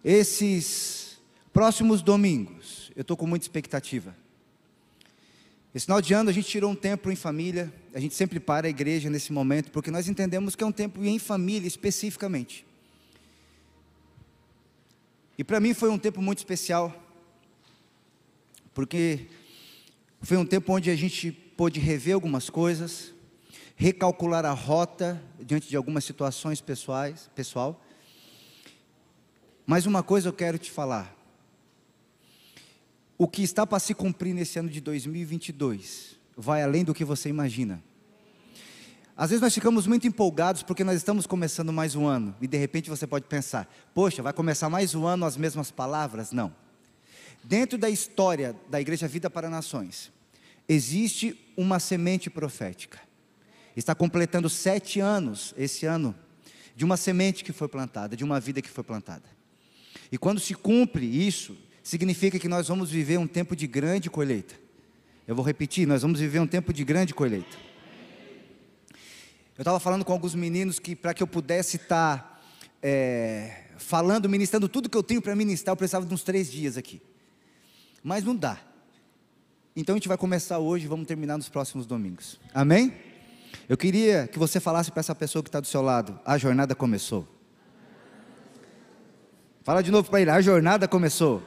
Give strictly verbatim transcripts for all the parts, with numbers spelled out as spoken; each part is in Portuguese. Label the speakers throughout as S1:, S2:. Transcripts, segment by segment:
S1: Esses próximos domingos, eu estou com muita expectativa. Esse final de ano a gente tirou um tempo em família, a gente sempre para a igreja nesse momento, porque nós entendemos que é um tempo em família especificamente. E para mim foi um tempo muito especial, porque foi um tempo onde a gente pôde rever algumas coisas, recalcular a rota diante de algumas situações pessoais, pessoal. Mas uma coisa eu quero te falar: o que está para se cumprir nesse ano de dois mil e vinte e dois vai além do que você imagina. Às vezes nós ficamos muito empolgados porque nós estamos começando mais um ano, e de repente você pode pensar: poxa, vai começar mais um ano as mesmas palavras? Não. Dentro da história da Igreja Vida para Nações, existe uma semente profética. Está completando sete anos esse ano, de uma semente que foi plantada, de uma vida que foi plantada. E quando se cumpre isso, significa que nós vamos viver um tempo de grande colheita. Eu vou repetir, nós vamos viver um tempo de grande colheita. Eu estava falando com alguns meninos que para que eu pudesse estar é, falando, ministrando tudo que eu tenho para ministrar, eu precisava de uns três dias aqui. Mas não dá. Então a gente vai começar hoje e vamos terminar nos próximos domingos. Amém? Eu queria que você falasse para essa pessoa que está do seu lado: a jornada começou. Fala de novo para ele: a jornada começou.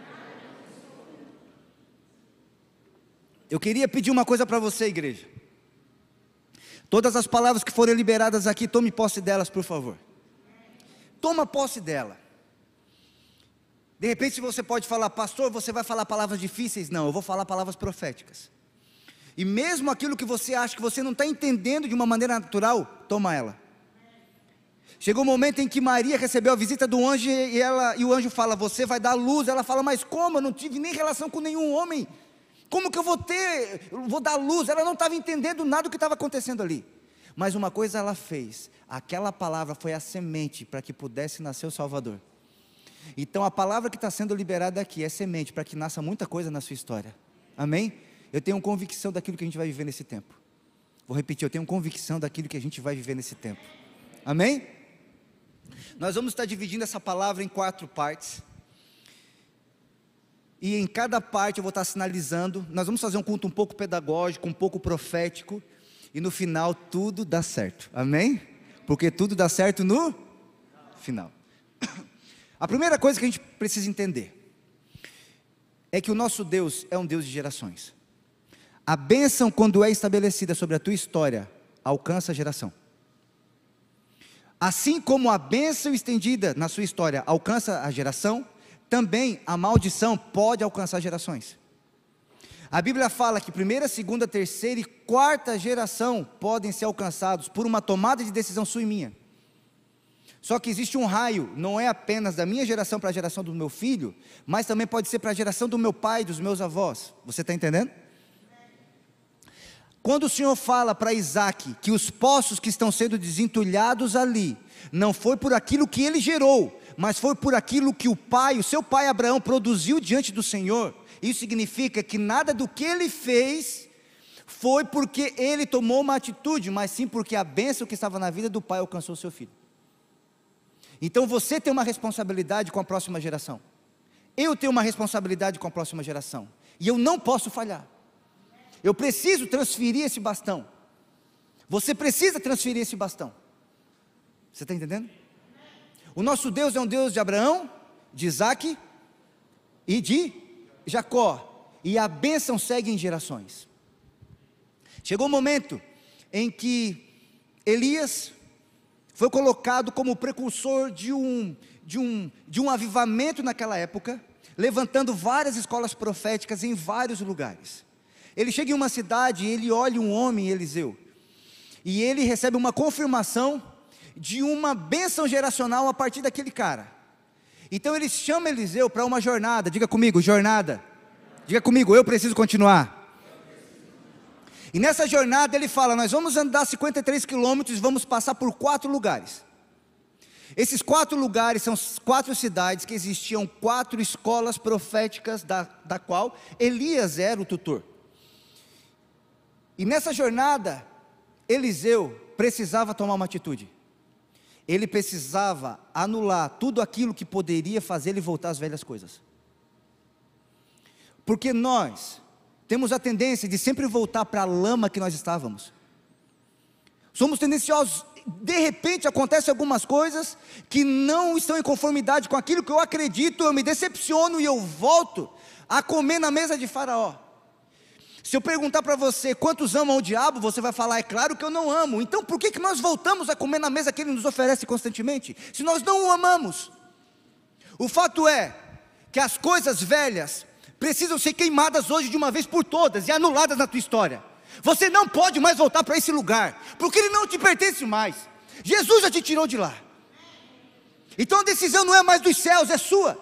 S1: Eu queria pedir uma coisa para você, igreja. Todas as palavras que forem liberadas aqui, tome posse delas, por favor. Toma posse dela. De repente você pode falar: pastor, você vai falar palavras difíceis? Não, eu vou falar palavras proféticas. E mesmo aquilo que você acha que você não está entendendo de uma maneira natural, toma ela. Chegou um momento em que Maria recebeu a visita do anjo e, ela, e o anjo fala: você vai dar luz. Ela fala: mas como? Eu não tive nem relação com nenhum homem. Como que eu vou ter, vou dar luz? Ela não estava entendendo nada do que estava acontecendo ali. Mas uma coisa ela fez: aquela palavra foi a semente para que pudesse nascer o Salvador. Então a palavra que está sendo liberada aqui é semente para que nasça muita coisa na sua história. Amém? Eu tenho convicção daquilo que a gente vai viver nesse tempo. Vou repetir, eu tenho convicção daquilo que a gente vai viver nesse tempo. Amém? Nós vamos estar dividindo essa palavra em quatro partes. E em cada parte eu vou estar sinalizando. Nós vamos fazer um culto um pouco pedagógico, um pouco profético. E no final tudo dá certo. Amém? Porque tudo dá certo no final. A primeira coisa que a gente precisa entender é que o nosso Deus é um Deus de gerações. A bênção, quando é estabelecida sobre a tua história, alcança a geração. Assim como a bênção estendida na sua história alcança a geração, também a maldição pode alcançar gerações. A Bíblia fala que primeira, segunda, terceira e quarta geração podem ser alcançados por uma tomada de decisão sua e minha. Só que existe um raio, não é apenas da minha geração para a geração do meu filho, mas também pode ser para a geração do meu pai, dos meus avós. Você está entendendo? Quando o Senhor fala para Isaac que os poços que estão sendo desentulhados ali, não foi por aquilo que ele gerou, mas foi por aquilo que o pai, o seu pai Abraão produziu diante do Senhor. Isso significa que nada do que ele fez foi porque ele tomou uma atitude, mas sim porque a bênção que estava na vida do pai alcançou o seu filho. Então você tem uma responsabilidade com a próxima geração. Eu tenho uma responsabilidade com a próxima geração. E eu não posso falhar. Eu preciso transferir esse bastão. Você precisa transferir esse bastão. Você está entendendo? O nosso Deus é um Deus de Abraão, de Isaac e de Jacó. E a bênção segue em gerações. Chegou um momento em que Elias foi colocado como precursor de um, de um, de um avivamento naquela época, levantando várias escolas proféticas em vários lugares. Ele chega em uma cidade e ele olha um homem, Eliseu, e ele recebe uma confirmação de uma bênção geracional a partir daquele cara. Então ele chama Eliseu para uma jornada. Diga comigo, jornada. Diga comigo, eu preciso continuar. E nessa jornada ele fala: nós vamos andar cinquenta e três quilômetros e vamos passar por quatro lugares. Esses quatro lugares são quatro cidades que existiam quatro escolas proféticas, da, da qual Elias era o tutor. E nessa jornada, Eliseu precisava tomar uma atitude. ele precisava anular tudo aquilo que poderia fazer ele voltar às velhas coisas. Porque nós temos a tendência de sempre voltar para a lama que nós estávamos. Somos tendenciosos, de repente acontecem algumas coisas que não estão em conformidade com aquilo que eu acredito, eu me decepciono e eu volto a comer na mesa de Faraó. Se eu perguntar para você quantos amam o diabo, você vai falar, é claro que eu não amo. Então por que, que nós voltamos a comer na mesa que ele nos oferece constantemente, se nós não o amamos? O fato é que as coisas velhas precisam ser queimadas hoje de uma vez por todas e anuladas na tua história. Você não pode mais voltar para esse lugar, porque ele não te pertence mais. Jesus já te tirou de lá. Então a decisão não é mais dos céus, é sua.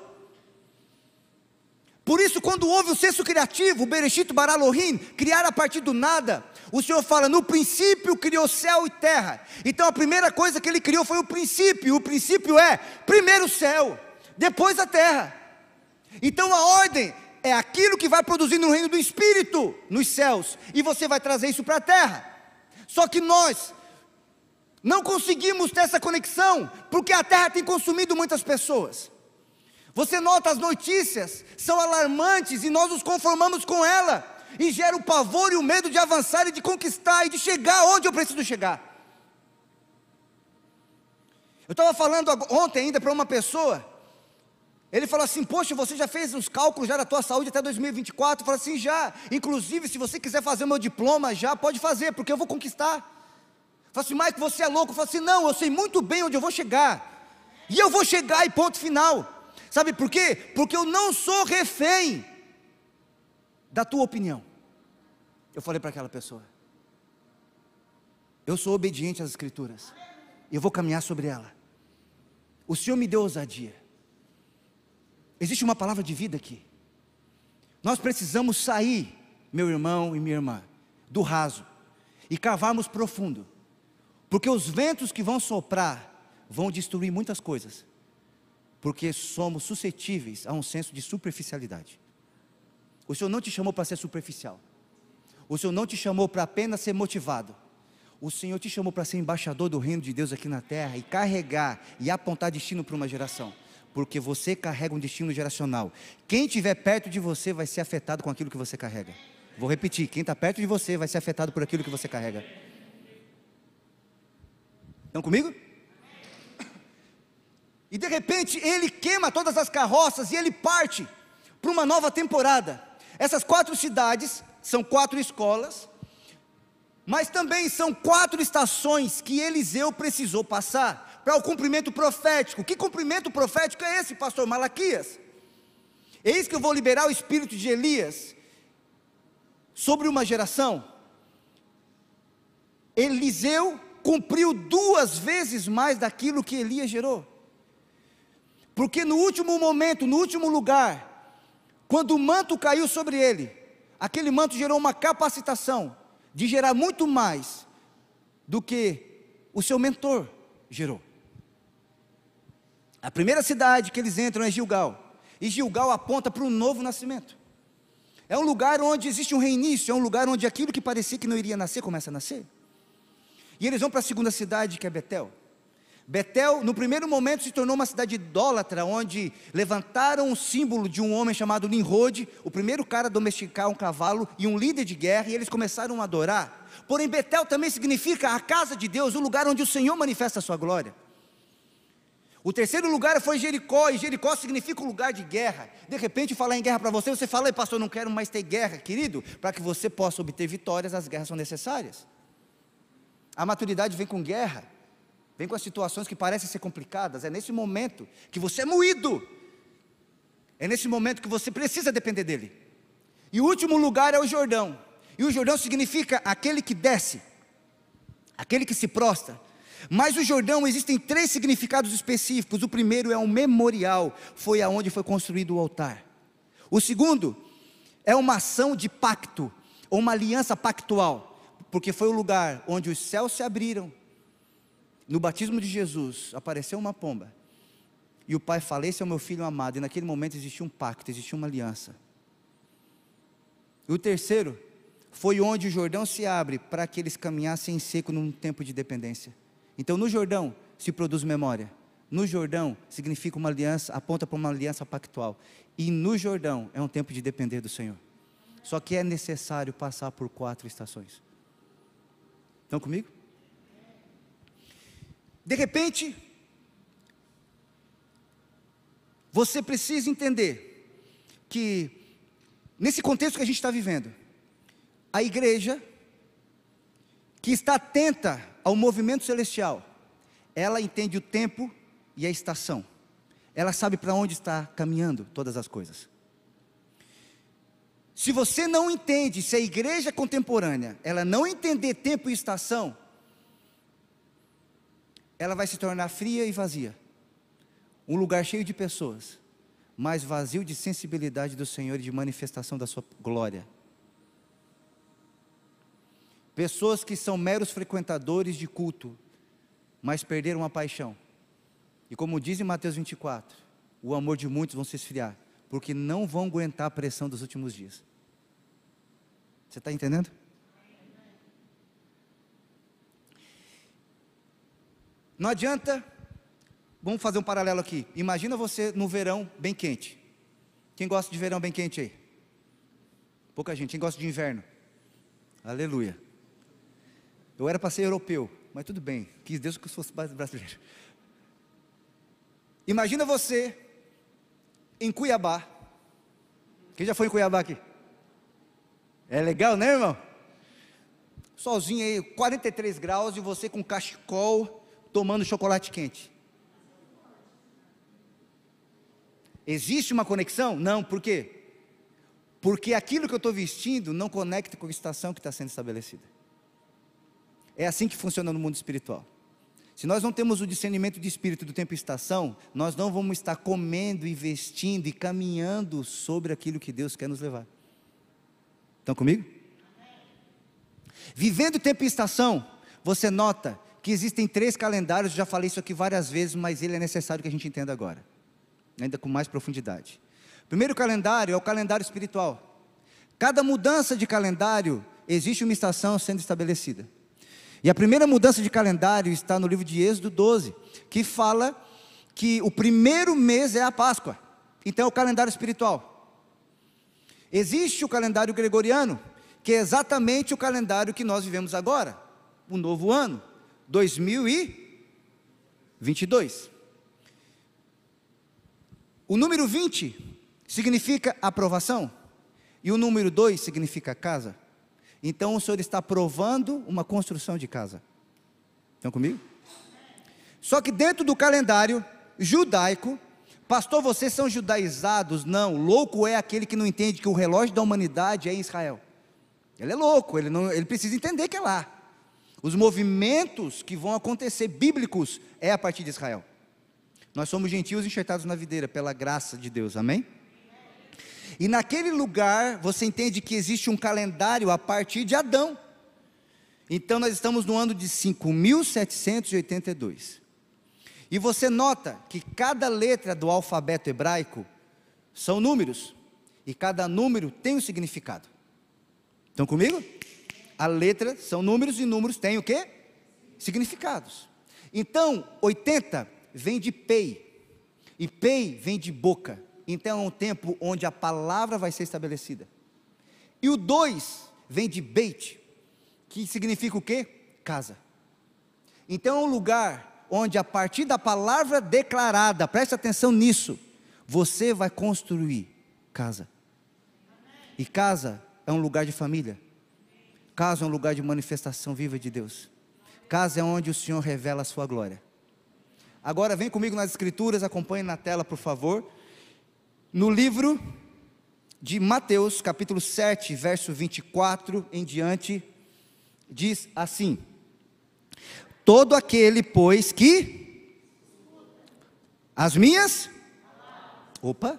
S1: Por isso, quando houve o senso criativo, o Bereshit bara Elohim, criar a partir do nada, o Senhor fala, no princípio criou céu e terra. Então a primeira coisa que ele criou foi o princípio. O princípio é, primeiro o céu, depois a terra. Então a ordem é aquilo que vai produzir no reino do Espírito, nos céus, e você vai trazer isso para a terra. Só que nós não conseguimos ter essa conexão, porque a terra tem consumido muitas pessoas. Você nota, as notícias são alarmantes e nós nos conformamos com ela, e gera o pavor e o medo de avançar e de conquistar e de chegar onde eu preciso chegar. Eu estava falando ontem ainda para uma pessoa, ele falou assim, poxa, você já fez os cálculos já da tua saúde até dois mil e vinte e quatro? Eu falei assim, já, inclusive se você quiser fazer o meu diploma já, pode fazer, porque eu vou conquistar. Eu falei assim, Mike, você é louco? Eu falei assim, não, eu sei muito bem onde eu vou chegar, e eu vou chegar e ponto final. Sabe por quê? Porque eu não sou refém da tua opinião. Eu falei para aquela pessoa, eu sou obediente às Escrituras, eu vou caminhar sobre ela. O Senhor me deu ousadia. Existe uma palavra de vida aqui. Nós precisamos sair, meu irmão e minha irmã, do raso e cavarmos profundo, porque os ventos que vão soprar vão destruir muitas coisas, porque somos suscetíveis a um senso de superficialidade. O Senhor não te chamou para ser superficial, o Senhor não te chamou para apenas ser motivado, o Senhor te chamou para ser embaixador do reino de Deus aqui na terra, e carregar e apontar destino para uma geração, porque você carrega um destino geracional. Quem estiver perto de você vai ser afetado com aquilo que você carrega. Vou repetir, quem está perto de você vai ser afetado por aquilo que você carrega. Estão comigo? E de repente ele queima todas as carroças e ele parte para uma nova temporada. Essas quatro cidades são quatro escolas, mas também são quatro estações que Eliseu precisou passar para o cumprimento profético. Que cumprimento profético é esse, pastor Malaquias? Eis que eu vou liberar o espírito de Elias sobre uma geração. Eliseu cumpriu duas vezes mais daquilo que Elias gerou. Porque no último momento, no último lugar, quando o manto caiu sobre ele, aquele manto gerou uma capacitação de gerar muito mais do que o seu mentor gerou. A primeira cidade que eles entram é Gilgal, e Gilgal aponta para um novo nascimento. É um lugar onde existe um reinício, é um lugar onde aquilo que parecia que não iria nascer, começa a nascer. E eles vão para a segunda cidade, que é Betel. Betel, no primeiro momento, se tornou uma cidade idólatra, onde levantaram o símbolo de um homem chamado Nimrod, o primeiro cara a domesticar um cavalo e um líder de guerra, e eles começaram a adorar. Porém, Betel também significa a casa de Deus, o lugar onde o Senhor manifesta a sua glória. O terceiro lugar foi Jericó, e Jericó significa um lugar de guerra. De repente, falar em guerra para você, você fala, pastor, eu não quero mais ter guerra, querido. Para que você possa obter vitórias, as guerras são necessárias. A maturidade vem com guerra, vem com as situações que parecem ser complicadas. É nesse momento que você é moído, é nesse momento que você precisa depender dele. E o último lugar é o Jordão, e o Jordão significa aquele que desce, aquele que se prostra. Mas o Jordão existem três significados específicos. O primeiro é um memorial, foi aonde foi construído o altar. O segundo é uma ação de pacto, ou uma aliança pactual, porque foi o lugar onde os céus se abriram. No batismo de Jesus, apareceu uma pomba, e o pai fala, esse é o meu filho amado, e naquele momento existia um pacto, existia uma aliança. E o terceiro, foi onde o Jordão se abre, para que eles caminhassem em seco num tempo de dependência. Então no Jordão, se produz memória. No Jordão significa uma aliança, aponta para uma aliança pactual. E no Jordão é um tempo de depender do Senhor. Só que é necessário passar por quatro estações. Estão comigo? De repente, você precisa entender que, nesse contexto que a gente está vivendo, a igreja, que está atenta ao movimento celestial, ela entende o tempo e a estação. Ela sabe para onde está caminhando todas as coisas. Se você não entende, se a igreja contemporânea, ela não entender tempo e estação, ela vai se tornar fria e vazia. Um lugar cheio de pessoas, mas vazio de sensibilidade do Senhor e de manifestação da sua glória. Pessoas que são meros frequentadores de culto, mas perderam a paixão. E como diz em Mateus vinte e quatro, o amor de muitos vão se esfriar, porque não vão aguentar a pressão dos últimos dias. Você está entendendo? Não adianta, vamos fazer um paralelo aqui. Imagina você no verão bem quente. Quem gosta de verão bem quente aí? Pouca gente. Quem gosta de inverno? Aleluia. Eu era para ser europeu, mas tudo bem, quis Deus que eu fosse brasileiro. Imagina você em Cuiabá. Quem já foi em Cuiabá aqui? É legal, né, irmão? Solzinho aí, quarenta e três graus, e você com cachecol, tomando chocolate quente. Existe uma conexão? Não, por quê? Porque aquilo que eu estou vestindo não conecta com a estação que está sendo estabelecida. É assim que funciona no mundo espiritual. Se nós não temos o discernimento de espírito do tempo e estação, nós não vamos estar comendo, investindo e caminhando sobre aquilo que Deus quer nos levar. Estão comigo? Vivendo tempo e estação, você nota que existem três calendários. Já falei isso aqui várias vezes, mas ele é necessário que a gente entenda agora, ainda com mais profundidade. O primeiro calendário é o calendário espiritual. Cada mudança de calendário, existe uma estação sendo estabelecida. E a primeira mudança de calendário está no livro de Êxodo doze, que fala que o primeiro mês é a Páscoa. Então é o calendário espiritual. Existe o calendário gregoriano, que é exatamente o calendário que nós vivemos agora, o novo ano, dois mil e vinte e dois. O número vinte significa aprovação, e o número dois significa casa. Então o Senhor está provando uma construção de casa. Estão comigo? Só que dentro do calendário judaico, pastor, vocês são judaizados? Não, louco é aquele que não entende que o relógio da humanidade é em Israel. Ele é louco, ele, não, ele precisa entender que é lá. Os movimentos que vão acontecer, bíblicos, é a partir de Israel. Nós somos gentios enxertados na videira, pela graça de Deus, amém? E naquele lugar, você entende que existe um calendário a partir de Adão. Então nós estamos no ano de cinco mil setecentos e oitenta e dois. E você nota que cada letra do alfabeto hebraico são números, e cada número tem um significado. Estão comigo? A letra são números, e números têm o quê? Significados. Então, oitenta vem de pei, e pei vem de boca. Então é um tempo onde a palavra vai ser estabelecida. E o dois vem de beit, que significa o quê? Casa. Então é um lugar onde a partir da palavra declarada, preste atenção nisso, você vai construir casa. E casa é um lugar de família. Casa é um lugar de manifestação viva de Deus. Casa é onde o Senhor revela a sua glória. Agora vem comigo nas escrituras, acompanhe na tela por favor. No livro de Mateus, capítulo sete, verso vinte e quatro em diante, diz assim: todo aquele, pois, que as minhas, opa,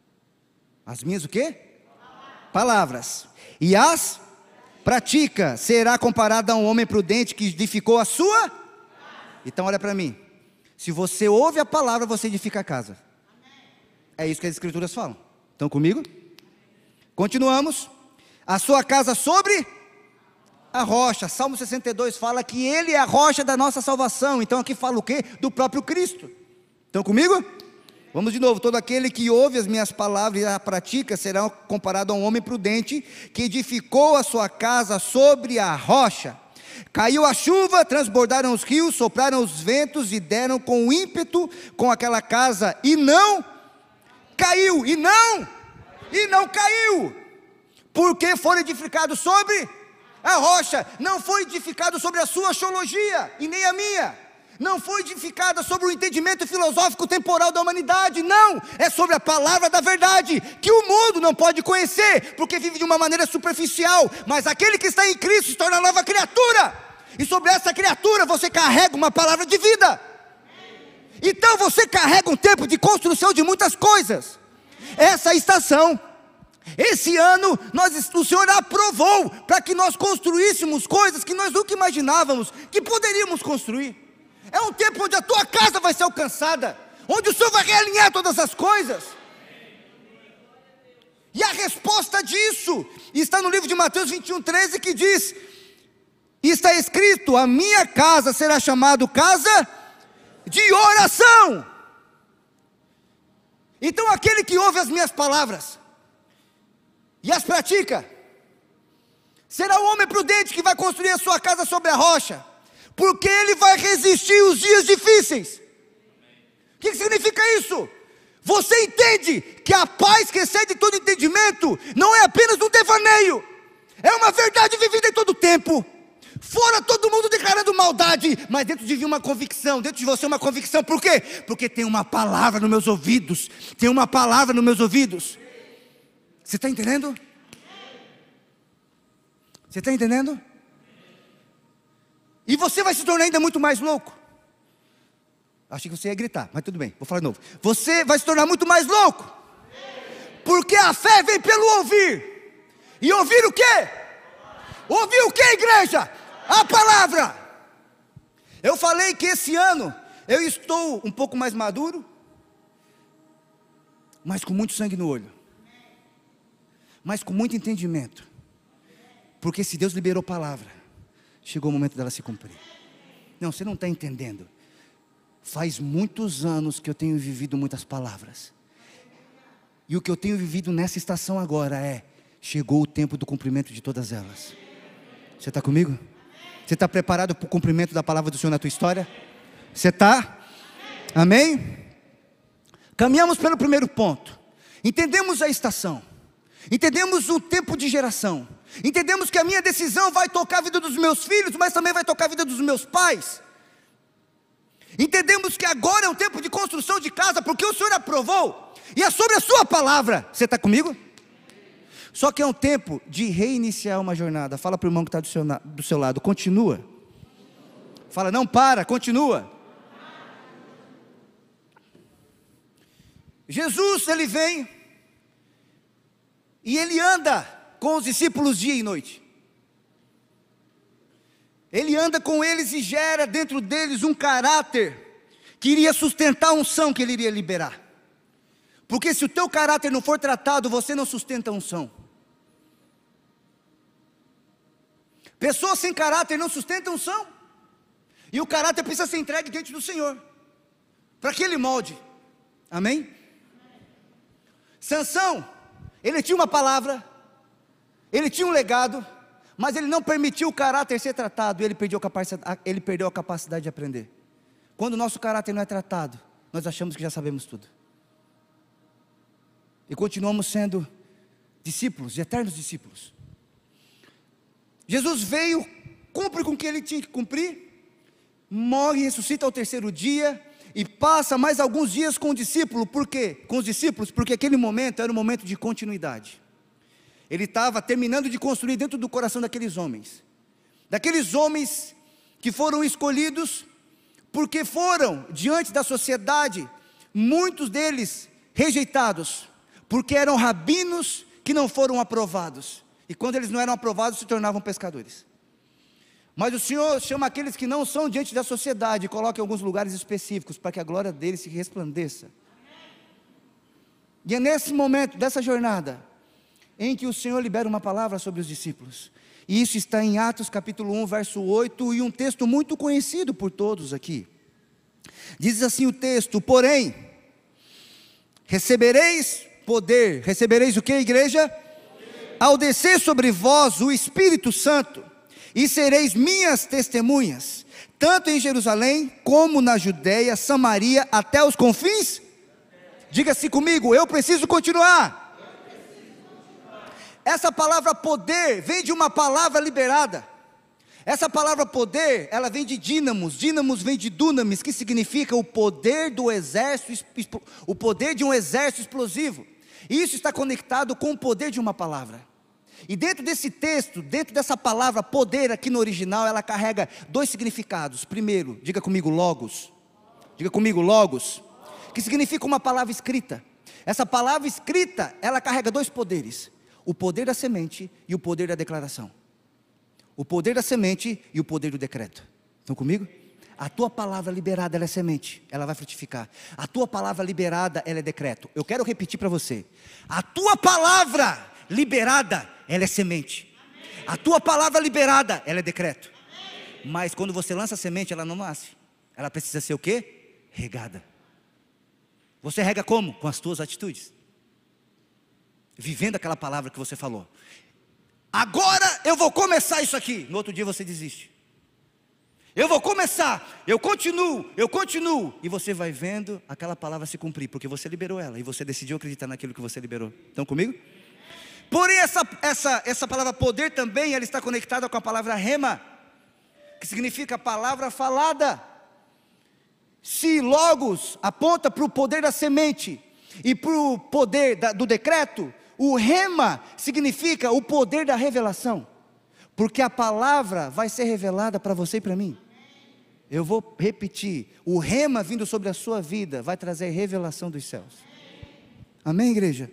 S1: as minhas o quê? Palavras, e as pratica, será comparado a um homem prudente que edificou a sua. Então olha para mim, se você ouve a palavra, você edifica a casa. É isso que as escrituras falam. Estão comigo? Continuamos. A sua casa sobre a rocha. Salmo sessenta e dois fala que Ele é a rocha da nossa salvação. Então aqui fala o quê? Do próprio Cristo. Estão comigo? Vamos de novo. Todo aquele que ouve as minhas palavras e a pratica será comparado a um homem prudente que edificou a sua casa sobre a rocha. Caiu a chuva, transbordaram os rios, sopraram os ventos e deram com ímpeto com aquela casa, e não caiu, e não, e não caiu, porque foi edificado sobre a rocha. Não foi edificado sobre a sua axiologia, e nem a minha. Não foi edificada sobre o entendimento filosófico temporal da humanidade, não, é sobre a palavra da verdade, que o mundo não pode conhecer, porque vive de uma maneira superficial, mas aquele que está em Cristo se torna nova criatura, e sobre essa criatura você carrega uma palavra de vida. Então você carrega um tempo de construção de muitas coisas. Essa estação, esse ano, nós, o Senhor aprovou para que nós construíssemos coisas que nós nunca imaginávamos que poderíamos construir. É um tempo onde a tua casa vai ser alcançada, onde o Senhor vai realinhar todas as coisas. E a resposta disso está no livro de Mateus vinte e um, treze, que diz: está escrito, a minha casa será chamada casa de oração. Então aquele que ouve as minhas palavras e as pratica, será o homem prudente que vai construir a sua casa sobre a rocha, porque ele vai resistir os dias difíceis. O que significa isso? Você entende que a paz que excede todo entendimento não é apenas um devaneio, é uma verdade vivida em todo o tempo. Fora todo mundo declarando maldade, mas dentro de mim uma convicção, dentro de você uma convicção. Por quê? Porque tem uma palavra nos meus ouvidos, tem uma palavra nos meus ouvidos. Você está entendendo? Você está entendendo? E você vai se tornar ainda muito mais louco. Achei que você ia gritar, mas tudo bem, vou falar de novo. Você vai se tornar muito mais louco, porque a fé vem pelo ouvir. E ouvir o quê? Ouvir o quê, igreja? A palavra. Eu falei que esse ano eu estou um pouco mais maduro, mas com muito sangue no olho, mas com muito entendimento, porque se Deus liberou palavra, chegou o momento dela se cumprir. Não, você não está entendendo. Faz muitos anos que eu tenho vivido muitas palavras, e o que eu tenho vivido nessa estação agora é: chegou o tempo do cumprimento de todas elas. Você está comigo? Você está preparado para o cumprimento da palavra do Senhor na tua história? Você está? Amém? Caminhamos pelo primeiro ponto. Entendemos a estação, entendemos o tempo de geração, entendemos que a minha decisão vai tocar a vida dos meus filhos, mas também vai tocar a vida dos meus pais. Entendemos que agora é um tempo de construção de casa, porque o Senhor aprovou, e é sobre a sua palavra. Você está comigo? Só que é um tempo de reiniciar uma jornada. Fala para o irmão que está do seu, do seu lado: continua. Fala, não para, continua. Jesus, ele vem e ele anda com os discípulos dia e noite. Ele anda com eles e gera dentro deles um caráter que iria sustentar a unção que ele iria liberar. Porque se o teu caráter não for tratado, você não sustenta a unção. Pessoas sem caráter não sustentam unção, e o caráter precisa ser entregue diante do Senhor, para que Ele molde. Amém? Sansão, ele tinha uma palavra, ele tinha um legado, mas ele não permitiu o caráter ser tratado, e ele perdeu a capacidade, ele perdeu a capacidade de aprender. Quando o nosso caráter não é tratado, nós achamos que já sabemos tudo, e continuamos sendo discípulos, eternos discípulos. Jesus veio, cumpre com o que ele tinha que cumprir, morre e ressuscita ao terceiro dia, e passa mais alguns dias com o discípulo. Por quê? Com os discípulos, porque aquele momento era um momento de continuidade. Ele estava terminando de construir dentro do coração daqueles homens, daqueles homens que foram escolhidos, porque foram, diante da sociedade, muitos deles rejeitados, porque eram rabinos que não foram aprovados, e quando eles não eram aprovados, se tornavam pescadores. Mas o Senhor chama aqueles que não são diante da sociedade, e coloca em alguns lugares específicos, para que a glória dele se resplandeça. E é nesse momento, dessa jornada, em que o Senhor libera uma palavra sobre os discípulos. E isso está em Atos capítulo um, verso oito, e um texto muito conhecido por todos aqui. Diz assim o texto: porém, recebereis poder. Recebereis o que, igreja? Poder. Ao descer sobre vós o Espírito Santo, e sereis minhas testemunhas, tanto em Jerusalém, como na Judéia, Samaria, até os confins. Diga-se comigo, eu preciso continuar. Essa palavra poder vem de uma palavra liberada. Essa palavra poder, ela vem de dínamos. Dínamos vem de dunamis, que significa o poder do exército, o poder de um exército explosivo. E isso está conectado com o poder de uma palavra. E dentro desse texto, dentro dessa palavra poder aqui no original, ela carrega dois significados. Primeiro, diga comigo logos. Diga comigo logos, que significa uma palavra escrita. Essa palavra escrita, ela carrega dois poderes: o poder da semente e o poder da declaração. O poder da semente e o poder do decreto. Estão comigo? A tua palavra liberada, ela é semente, ela vai frutificar. A tua palavra liberada, ela é decreto. Eu quero repetir para você: a tua palavra liberada, ela é semente. A tua palavra liberada, ela é decreto. Mas quando você lança a semente, ela não nasce. Ela precisa ser o quê? Regada. Você rega como? Com as tuas atitudes, vivendo aquela palavra que você falou. Agora eu vou começar isso aqui. No outro dia você desiste. Eu vou começar, eu continuo, eu continuo. E você vai vendo aquela palavra se cumprir, porque você liberou ela, e você decidiu acreditar naquilo que você liberou. Estão comigo? Porém essa, essa, essa palavra poder também, ela está conectada com a palavra rema, que significa palavra falada. Se logos aponta para o poder da semente e para o poder da, do decreto, o rema significa o poder da revelação, porque a palavra vai ser revelada para você e para mim. Eu vou repetir: o rema vindo sobre a sua vida vai trazer revelação dos céus. Amém, igreja?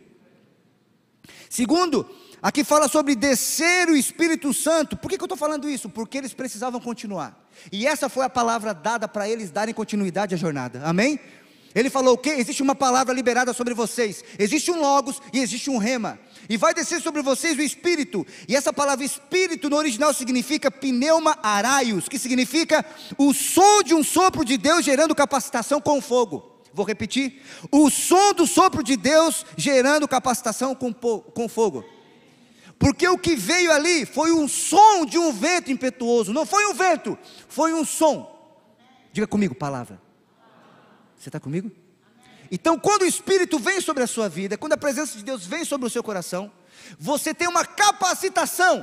S1: Segundo, aqui fala sobre descer o Espírito Santo. Por que que eu estou falando isso? Porque eles precisavam continuar, e essa foi a palavra dada para eles darem continuidade à jornada. Amém? Ele falou o quê? Existe uma palavra liberada sobre vocês, existe um logos e existe um rema, e vai descer sobre vocês o Espírito. E essa palavra Espírito no original significa pneuma araios, que significa o som de um sopro de Deus gerando capacitação com fogo. Vou repetir: o som do sopro de Deus gerando capacitação com, com fogo. Porque o que veio ali foi um som de um vento impetuoso. Não foi um vento, foi um som. Diga comigo, palavra. Você está comigo? Então quando o Espírito vem sobre a sua vida, quando a presença de Deus vem sobre o seu coração, você tem uma capacitação,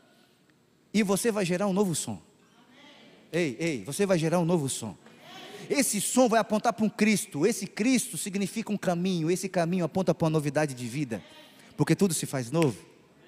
S1: e você vai gerar um novo som. Ei, ei, você vai gerar um novo som. Esse som vai apontar para um Cristo. Esse Cristo significa um caminho. Esse caminho aponta para uma novidade de vida, porque tudo se faz novo.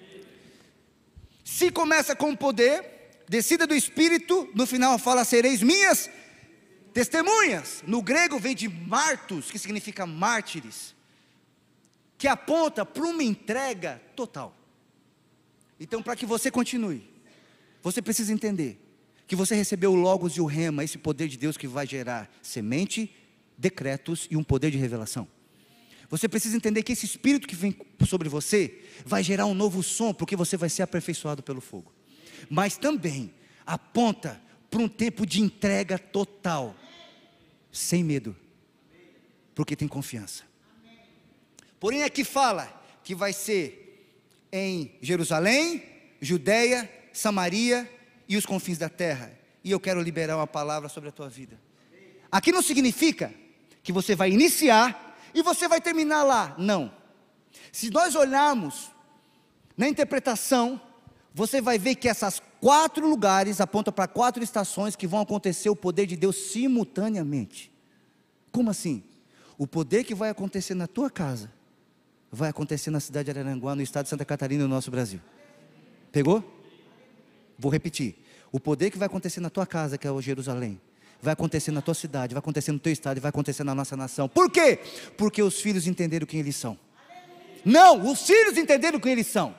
S1: Se começa com poder, descida do Espírito, no final fala: sereis minhas testemunhas. No grego vem de martos, que significa mártires, que aponta para uma entrega total. Então, para que você continue, você precisa entender que você recebeu o logos e o rema, esse poder de Deus que vai gerar semente, decretos e um poder de revelação. Você precisa entender que esse Espírito que vem sobre você vai gerar um novo som, porque você vai ser aperfeiçoado pelo fogo. Mas também aponta para um tempo de entrega total, sem medo, porque tem confiança. Porém aqui fala que vai ser em Jerusalém, Judéia, Samaria e os confins da terra. E eu quero liberar uma palavra sobre a tua vida. Aqui não significa que você vai iniciar e você vai terminar lá. Não. Se nós olharmos na interpretação, você vai ver que essas quatro lugares apontam para quatro estações que vão acontecer o poder de Deus simultaneamente. Como assim? O poder que vai acontecer na tua casa vai acontecer na cidade de Araranguá, no estado de Santa Catarina, no nosso Brasil. Pegou? Vou repetir: o poder que vai acontecer na tua casa, que é o Jerusalém, vai acontecer na tua cidade, vai acontecer no teu estado e vai acontecer na nossa nação. Por quê? Porque os filhos entenderam quem eles são. Não, os filhos entenderam quem eles são.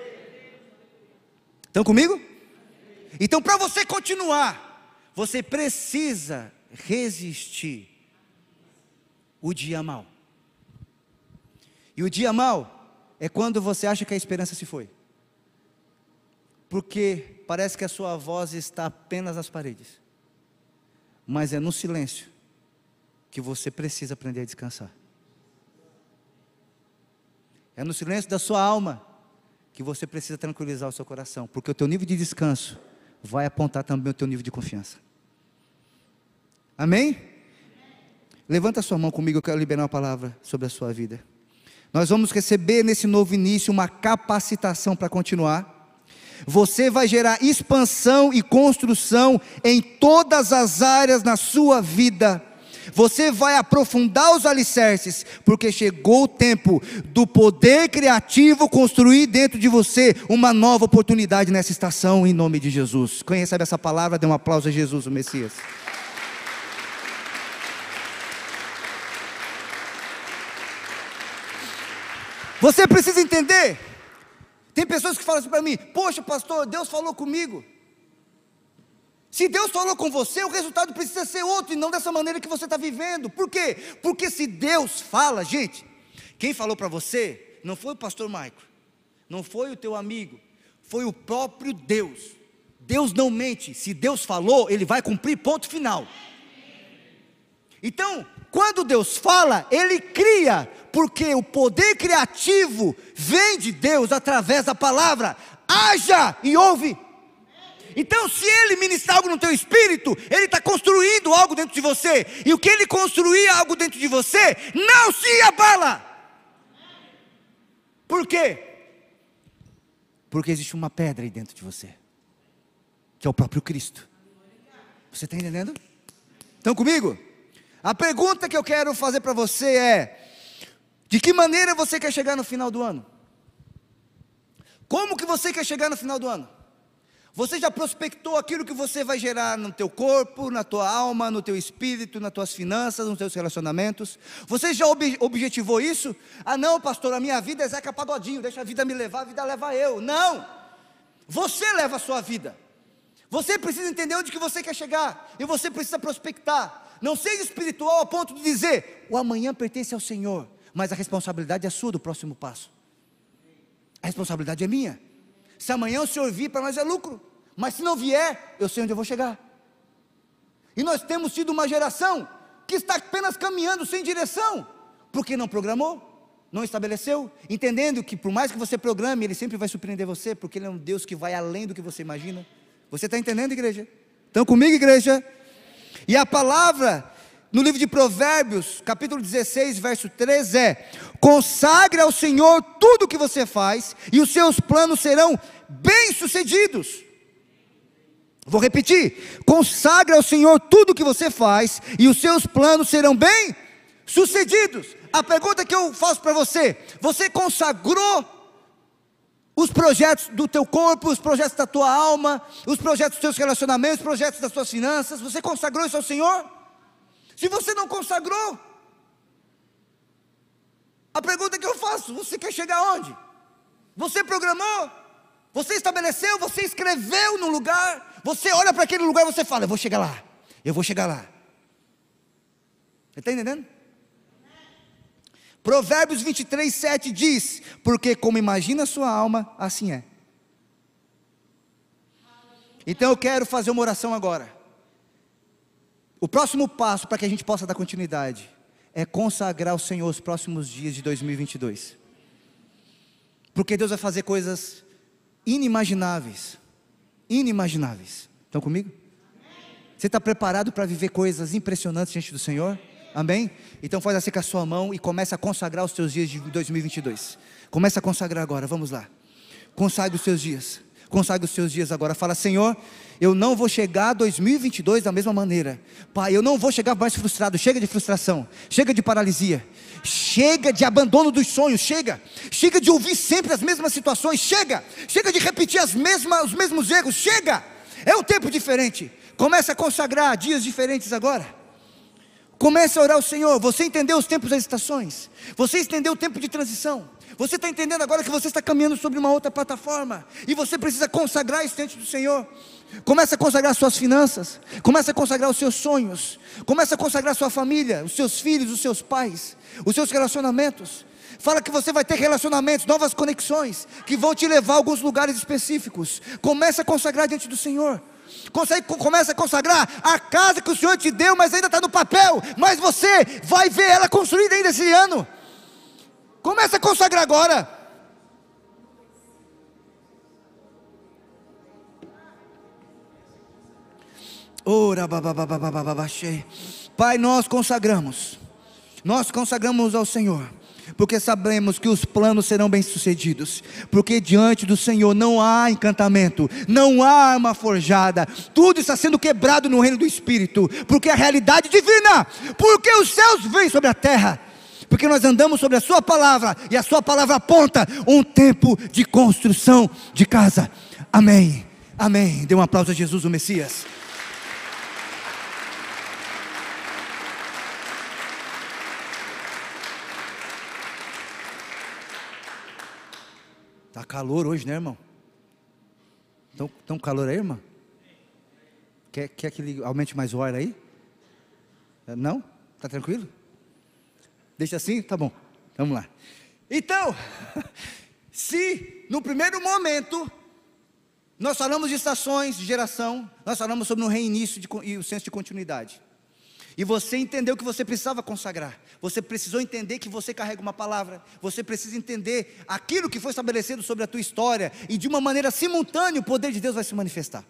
S1: Estão comigo? Então, para você continuar, você precisa resistir o dia mau. E o dia mau, é quando você acha que a esperança se foi. Porque parece que a sua voz está apenas nas paredes. Mas é no silêncio que você precisa aprender a descansar. É no silêncio da sua alma que você precisa tranquilizar o seu coração. Porque o teu nível de descanso vai apontar também o teu nível de confiança. Amém? Levanta a sua mão comigo, eu quero liberar uma palavra sobre a sua vida. Nós vamos receber nesse novo início uma capacitação para continuar. Você vai gerar expansão e construção em todas as áreas na sua vida. Você vai aprofundar os alicerces, porque chegou o tempo do poder criativo construir dentro de você uma nova oportunidade nessa estação, em nome de Jesus. Quem recebe essa palavra, dê um aplauso a Jesus, o Messias. Você precisa entender. Tem pessoas que falam assim para mim: poxa pastor, Deus falou comigo. Se Deus falou com você, o resultado precisa ser outro, e não dessa maneira que você está vivendo. Por quê? Porque se Deus fala, gente, quem falou para você não foi o pastor Maico, não foi o teu amigo, foi o próprio Deus. Deus não mente. Se Deus falou, Ele vai cumprir, ponto final. Então, quando Deus fala, Ele cria, porque o poder criativo vem de Deus através da palavra. Haja e ouve. Então, se Ele ministrar algo no teu espírito, Ele está construindo algo dentro de você, e o que Ele construir algo dentro de você, não se abala. Por quê? Porque existe uma pedra aí dentro de você, que é o próprio Cristo. Você está entendendo? Estão comigo? A pergunta que eu quero fazer para você é: de que maneira você quer chegar no final do ano? Como que você quer chegar no final do ano? Você já prospectou aquilo que você vai gerar no teu corpo, na tua alma, no teu espírito, nas tuas finanças, nos teus relacionamentos? Você já ob- objetivou isso? Ah não, pastor, a minha vida é Zeca Pagodinho, deixa a vida me levar, a vida leva eu. Não! Você leva a sua vida. Você precisa entender onde que você quer chegar, e você precisa prospectar. Não seja espiritual a ponto de dizer: o amanhã pertence ao Senhor, mas a responsabilidade é sua do próximo passo. A responsabilidade é minha. Se amanhã o Senhor vir, para nós é lucro, mas se não vier, eu sei onde eu vou chegar. E nós temos sido uma geração que está apenas caminhando sem direção, porque não programou, não estabeleceu, entendendo que por mais que você programe, Ele sempre vai surpreender você, porque Ele é um Deus que vai além do que você imagina. Você está entendendo, igreja? Estão comigo, igreja? E a palavra no livro de Provérbios, capítulo dezesseis, verso três é: consagre ao Senhor tudo o que você faz, e os seus planos serão bem-sucedidos. Vou repetir: consagre ao Senhor tudo o que você faz, e os seus planos serão bem-sucedidos. A pergunta que eu faço para você: você consagrou os projetos do teu corpo, os projetos da tua alma, os projetos dos teus relacionamentos, os projetos das tuas finanças? Você consagrou isso ao Senhor? Se você não consagrou, a pergunta que eu faço: você quer chegar onde? Você programou? Você estabeleceu? Você escreveu no lugar? Você olha para aquele lugar e você fala: eu vou chegar lá, eu vou chegar lá. Você está entendendo? Provérbios vinte e três, sete diz: porque como imagina a sua alma, assim é. Então eu quero fazer uma oração agora. O próximo passo para que a gente possa dar continuidade é consagrar ao Senhor os próximos dias de dois mil e vinte e dois. Porque Deus vai fazer coisas inimagináveis. Inimagináveis. Estão comigo? Você está preparado para viver coisas impressionantes diante do Senhor? Amém? Então faz assim com a sua mão e começa a consagrar os teus dias de dois mil e vinte e dois. Começa a consagrar agora, vamos lá. Consagre os seus dias. Consagre os seus dias agora. Fala: Senhor, eu não vou chegar a dois mil e vinte e dois da mesma maneira. Pai, eu não vou chegar mais frustrado. Chega de frustração, chega de paralisia, chega de abandono dos sonhos. Chega, chega de ouvir sempre as mesmas situações. Chega, chega de repetir as mesmas, os mesmos erros. Chega, é um tempo diferente. Começa a consagrar dias diferentes agora. Comece a orar ao Senhor. Você entendeu os tempos das estações? Você entendeu o tempo de transição? Você está entendendo agora que você está caminhando sobre uma outra plataforma, e você precisa consagrar isso diante do Senhor. Comece a consagrar suas finanças, comece a consagrar os seus sonhos, comece a consagrar sua família, os seus filhos, os seus pais, os seus relacionamentos. Fala que você vai ter relacionamentos, novas conexões, que vão te levar a alguns lugares específicos. Começa a consagrar diante do Senhor. Consegue, começa a consagrar a casa que o Senhor te deu, mas ainda está no papel, mas você vai ver ela construída ainda esse ano. Começa a consagrar agora. Ora, Pai, nós consagramos, nós consagramos ao Senhor, porque sabemos que os planos serão bem-sucedidos, porque diante do Senhor não há encantamento, não há arma forjada, tudo está sendo quebrado no reino do Espírito, porque a realidade divina, porque os céus vêm sobre a terra, porque nós andamos sobre a sua palavra, e a sua palavra aponta um tempo de construção de casa. Amém, amém. Dê um aplauso a Jesus, o Messias. Está calor hoje, né, irmão? Tão, tão calor aí, irmão? Quer, quer que ele aumente mais o ar aí? Não? Está tranquilo? Deixa assim? Tá bom, vamos lá. Então, se no primeiro momento nós falamos de estações de geração, nós falamos sobre o reinício de, e o senso de continuidade, e você entendeu que você precisava consagrar, você precisou entender que você carrega uma palavra, você precisa entender aquilo que foi estabelecido sobre a tua história, e de uma maneira simultânea o poder de Deus vai se manifestar.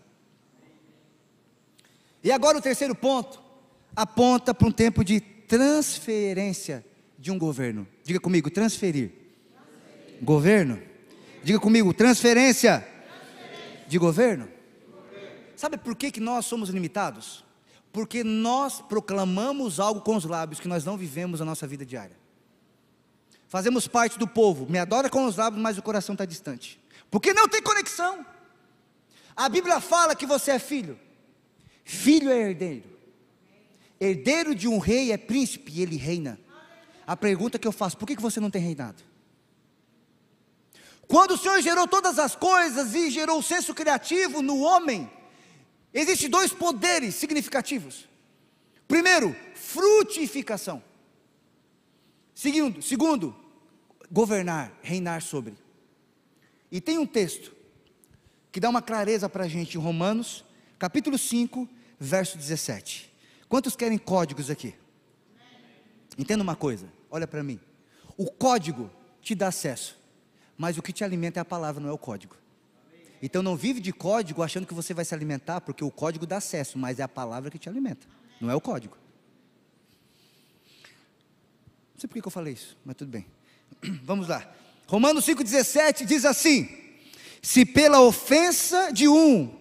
S1: E agora o terceiro ponto, aponta para um tempo de transferência de um governo. Diga comigo, transferir, transferir. Governo. Diga comigo, transferência, transferência. De governo. governo Sabe por que, que nós somos limitados? Porque nós proclamamos algo com os lábios que nós não vivemos na nossa vida diária. Fazemos parte do povo, me adora com os lábios, mas o coração está distante, porque não tem conexão. A Bíblia fala que você é filho, filho é herdeiro, herdeiro de um rei é príncipe e ele reina. A pergunta que eu faço, por que que você não tem reinado? Quando o Senhor gerou todas as coisas e gerou o senso criativo no homem, existem dois poderes significativos. Primeiro, frutificação. Segundo, segundo, governar, reinar sobre. E tem um texto que dá uma clareza para a gente em Romanos, capítulo cinco, verso dezessete. Quantos querem códigos aqui? Entenda uma coisa, olha para mim. O código te dá acesso, mas o que te alimenta é a palavra, não é o código. Então não vive de código achando que você vai se alimentar, porque o código dá acesso, mas é a palavra que te alimenta, não é o código. Não sei por que eu falei isso, mas tudo bem. Vamos lá. Romanos cinco, dezessete diz assim: se pela ofensa de um,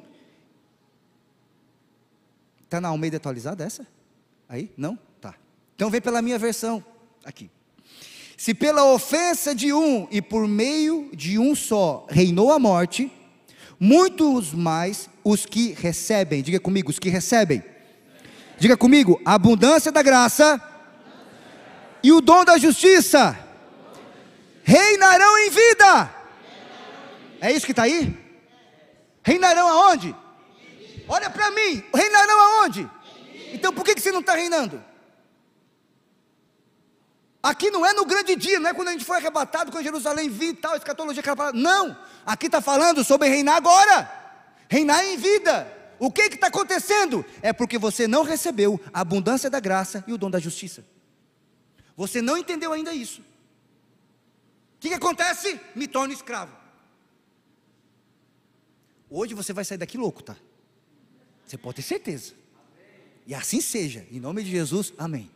S1: está na Almeida atualizada essa? Aí? Não? Tá. Então vem pela minha versão, aqui. Se pela ofensa de um e por meio de um só reinou a morte, muitos mais os que recebem, diga comigo, os que recebem, diga comigo, a abundância da graça e o dom da justiça reinarão em vida. É isso que está aí? Reinarão aonde? Olha para mim, reinarão aonde? Então por que, que você não está reinando? Aqui não é no grande dia, não é quando a gente foi arrebatado, quando Jerusalém vir e tal, escatologia, aquela palavra. Não, aqui está falando sobre reinar agora, reinar em vida. O que está acontecendo? É porque você não recebeu a abundância da graça e o dom da justiça. Você não entendeu ainda isso. O que, que acontece? Me torno escravo. Hoje você vai sair daqui louco, tá? Você pode ter certeza. E assim seja, em nome de Jesus, amém.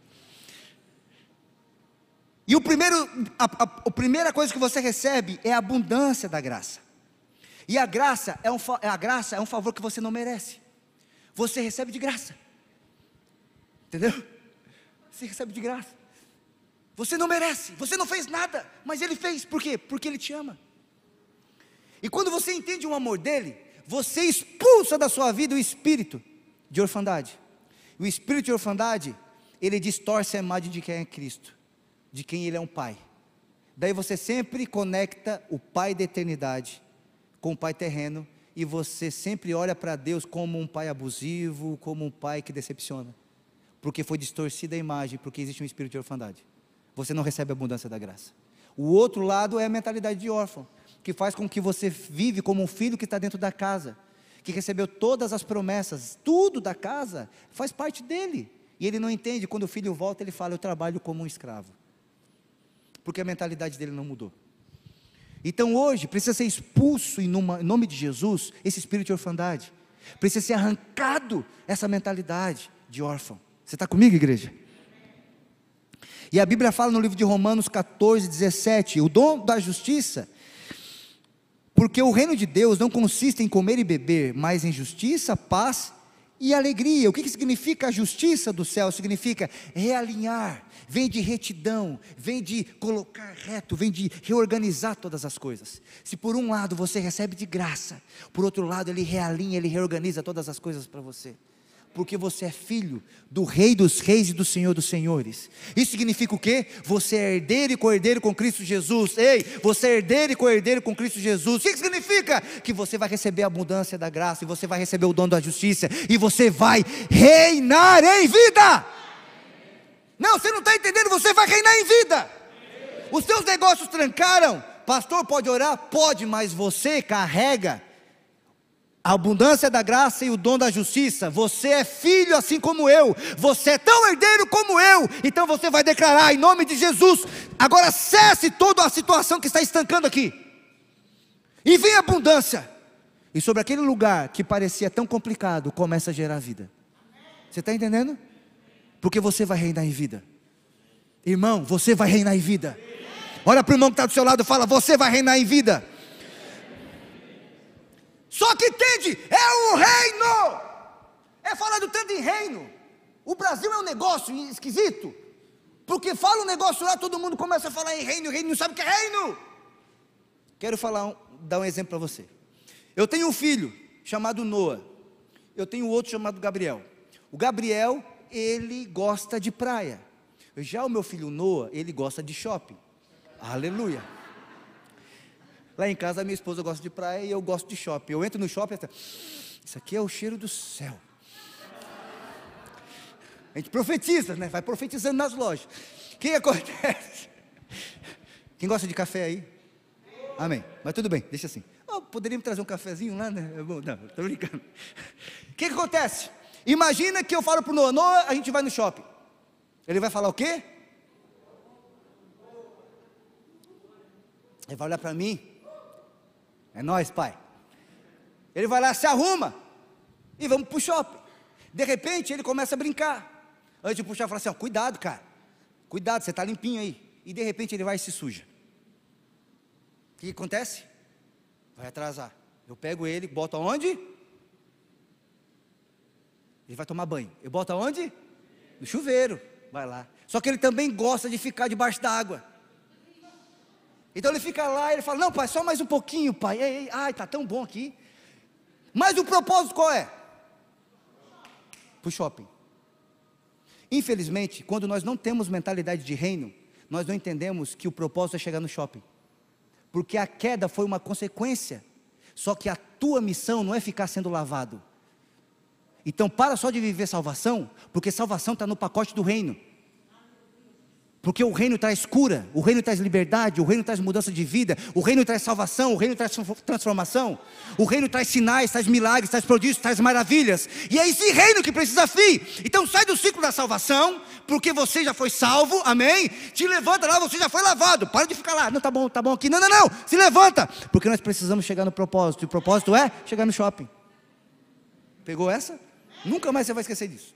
S1: E o primeiro, a, a, a primeira coisa que você recebe é a abundância da graça. E a graça é um, a graça é um favor que você não merece. Você recebe de graça. Entendeu? Você recebe de graça. Você não merece, você não fez nada, mas Ele fez. Por quê? Porque Ele te ama. E quando você entende o amor dEle, você expulsa da sua vida o espírito de orfandade. O espírito de orfandade, ele distorce a imagem de quem é Cristo, de quem Ele é um pai. Daí você sempre conecta o pai da eternidade com o pai terreno, e você sempre olha para Deus como um pai abusivo, como um pai que decepciona, porque foi distorcida a imagem, porque existe um espírito de orfandade. Você não recebe a abundância da graça. O outro lado é a mentalidade de órfão, que faz com que você vive como um filho que está dentro da casa, que recebeu todas as promessas, tudo da casa, faz parte dele, e ele não entende. Quando o filho volta, ele fala: eu trabalho como um escravo, porque a mentalidade dele não mudou. Então hoje, precisa ser expulso em nome de Jesus, esse espírito de orfandade, precisa ser arrancado essa mentalidade de órfão. Você está comigo, igreja? E a Bíblia fala no livro de Romanos catorze, dezessete, o dom da justiça, porque o reino de Deus não consiste em comer e beber, mas em justiça, paz e alegria. O que, que significa a justiça do céu? Significa realinhar, vem de retidão, vem de colocar reto, vem de reorganizar todas as coisas. Se por um lado você recebe de graça, por outro lado ele realinha, ele reorganiza todas as coisas para você, porque você é filho do Rei dos Reis e do Senhor dos Senhores. Isso significa o quê? Você é herdeiro e co-herdeiro com Cristo Jesus. Ei, você é herdeiro e co-herdeiro com Cristo Jesus. O que significa? Que você vai receber a abundância da graça, e você vai receber o dom da justiça, e você vai reinar em vida. Não, você não está entendendo, você vai reinar em vida. Os seus negócios trancaram, pastor, pode orar? Pode, mas você carrega a abundância da graça e o dom da justiça. Você é filho assim como eu, você é tão herdeiro como eu, então você vai declarar em nome de Jesus: agora cesse toda a situação que está estancando aqui, e vem abundância, e sobre aquele lugar que parecia tão complicado, começa a gerar vida. Você está entendendo? Porque você vai reinar em vida. Irmão, você vai reinar em vida. Olha para o irmão que está do seu lado e fala: você vai reinar em vida. Só que entende, é o reino. É falado tanto em reino. O Brasil é um negócio esquisito, porque fala um negócio lá, todo mundo começa a falar em reino, reino, não sabe o que é reino. Quero falar, um, dar um exemplo para você. Eu tenho um filho chamado Noah, eu tenho outro chamado Gabriel. O Gabriel, ele gosta de praia. Já o meu filho Noah, ele gosta de shopping. Aleluia. Lá em casa a minha esposa gosta de praia e eu gosto de shopping. Eu entro no shopping e isso aqui é o cheiro do céu. A gente profetiza, né? Vai profetizando nas lojas. O que acontece? Quem gosta de café aí? Amém. Mas tudo bem, deixa assim. Oh, poderia me trazer um cafezinho lá, né? Bom, não, estou brincando. O que acontece? Imagina que eu falo para o Noah: Noah, a gente vai no shopping. Ele vai falar o quê? Ele vai olhar para mim: é nóis, pai. Ele vai lá, se arruma e vamos para o shopping. De repente ele começa a brincar. Antes de puxar, fala assim: ó, cuidado, cara, cuidado, você está limpinho aí. E de repente ele vai e se suja. O que acontece? Vai atrasar. Eu pego ele, boto aonde? Ele vai tomar banho. Eu boto aonde? No chuveiro. Vai lá. Só que ele também gosta de ficar debaixo da água. Então ele fica lá e ele fala: não, pai, só mais um pouquinho, pai. Ei, ei, ai, tá tão bom aqui. Mas o propósito qual é? Para o shopping. Infelizmente, quando nós não temos mentalidade de reino, nós não entendemos que o propósito é chegar no shopping. Porque a queda foi uma consequência. Só que a tua missão não é ficar sendo lavado. Então para só de viver salvação, porque salvação está no pacote do reino. Porque o reino traz cura, o reino traz liberdade, o reino traz mudança de vida, o reino traz salvação, o reino traz transformação, o reino traz sinais, traz milagres, traz prodígios, traz maravilhas, e é esse reino que precisa vir. Então sai do ciclo da salvação, porque você já foi salvo, amém? Te levanta lá, você já foi lavado, para de ficar lá, não, tá bom, tá bom aqui, não, não, não, se levanta, porque nós precisamos chegar no propósito, e o propósito é chegar no shopping. Pegou essa? Nunca mais você vai esquecer disso.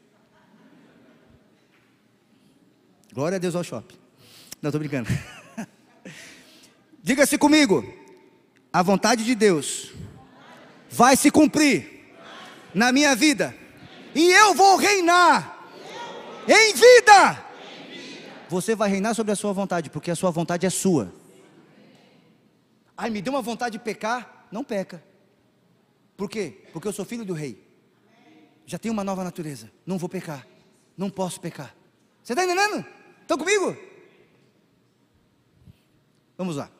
S1: Glória a Deus ao shopping. Não, estou brincando. Diga-se comigo: a vontade de Deus vai se cumprir na minha vida, e eu vou reinar em vida. Você vai reinar sobre a sua vontade, porque a sua vontade é sua. Ai, me deu uma vontade de pecar. Não peca. Por quê? Porque eu sou filho do rei. Já tenho uma nova natureza. Não vou pecar. Não posso pecar. Você está entendendo? Estão comigo? Vamos lá.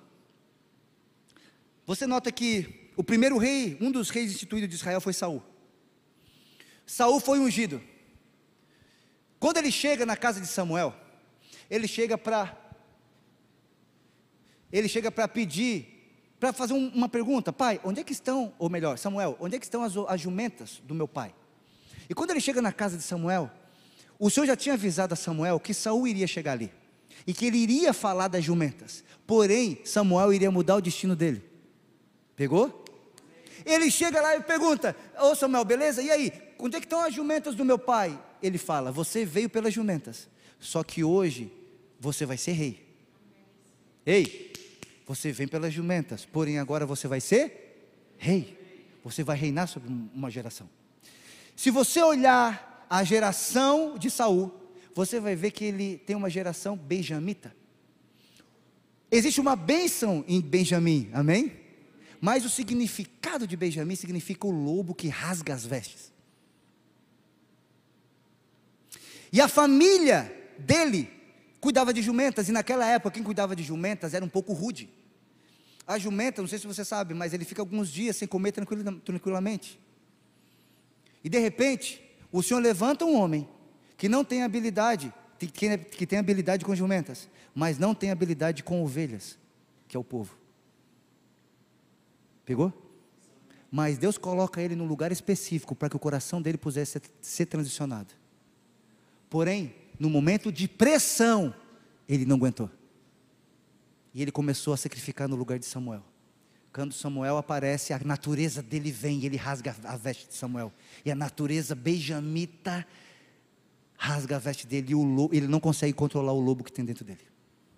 S1: Você nota que o primeiro rei, um dos reis instituídos de Israel foi Saul. Saul foi ungido. Quando ele chega na casa de Samuel, ele chega para ele chega para pedir, para fazer um, uma pergunta: pai, onde é que estão, ou melhor, Samuel, onde é que estão as, as jumentas do meu pai? E quando ele chega na casa de Samuel, o Senhor já tinha avisado a Samuel que Saul iria chegar ali, e que ele iria falar das jumentas, porém, Samuel iria mudar o destino dele. Pegou? Ele chega lá e pergunta: ô Samuel, beleza? E aí, onde é que estão as jumentas do meu pai? Ele fala: você veio pelas jumentas, só que hoje, você vai ser rei. Ei, você vem pelas jumentas, porém agora você vai ser rei. Você vai reinar sobre uma geração. Se você olhar a geração de Saul, você vai ver que ele tem uma geração benjamita. Existe uma bênção em Benjamim, amém? Mas o significado de Benjamim significa o lobo que rasga as vestes. E a família dele cuidava de jumentas, e naquela época quem cuidava de jumentas era um pouco rude. A jumenta, não sei se você sabe, mas ele fica alguns dias sem comer tranquilamente. E de repente, o Senhor levanta um homem que não tem habilidade, que tem habilidade com jumentas, mas não tem habilidade com ovelhas, que é o povo. Pegou? Mas Deus coloca ele num lugar específico para que o coração dele pudesse ser, ser transicionado. Porém, no momento de pressão, ele não aguentou. E ele começou a sacrificar no lugar de Samuel. Quando Samuel aparece, a natureza dele vem, e ele rasga a veste de Samuel. E a natureza benjamita rasga a veste dele, e o lobo, ele não consegue controlar o lobo que tem dentro dele.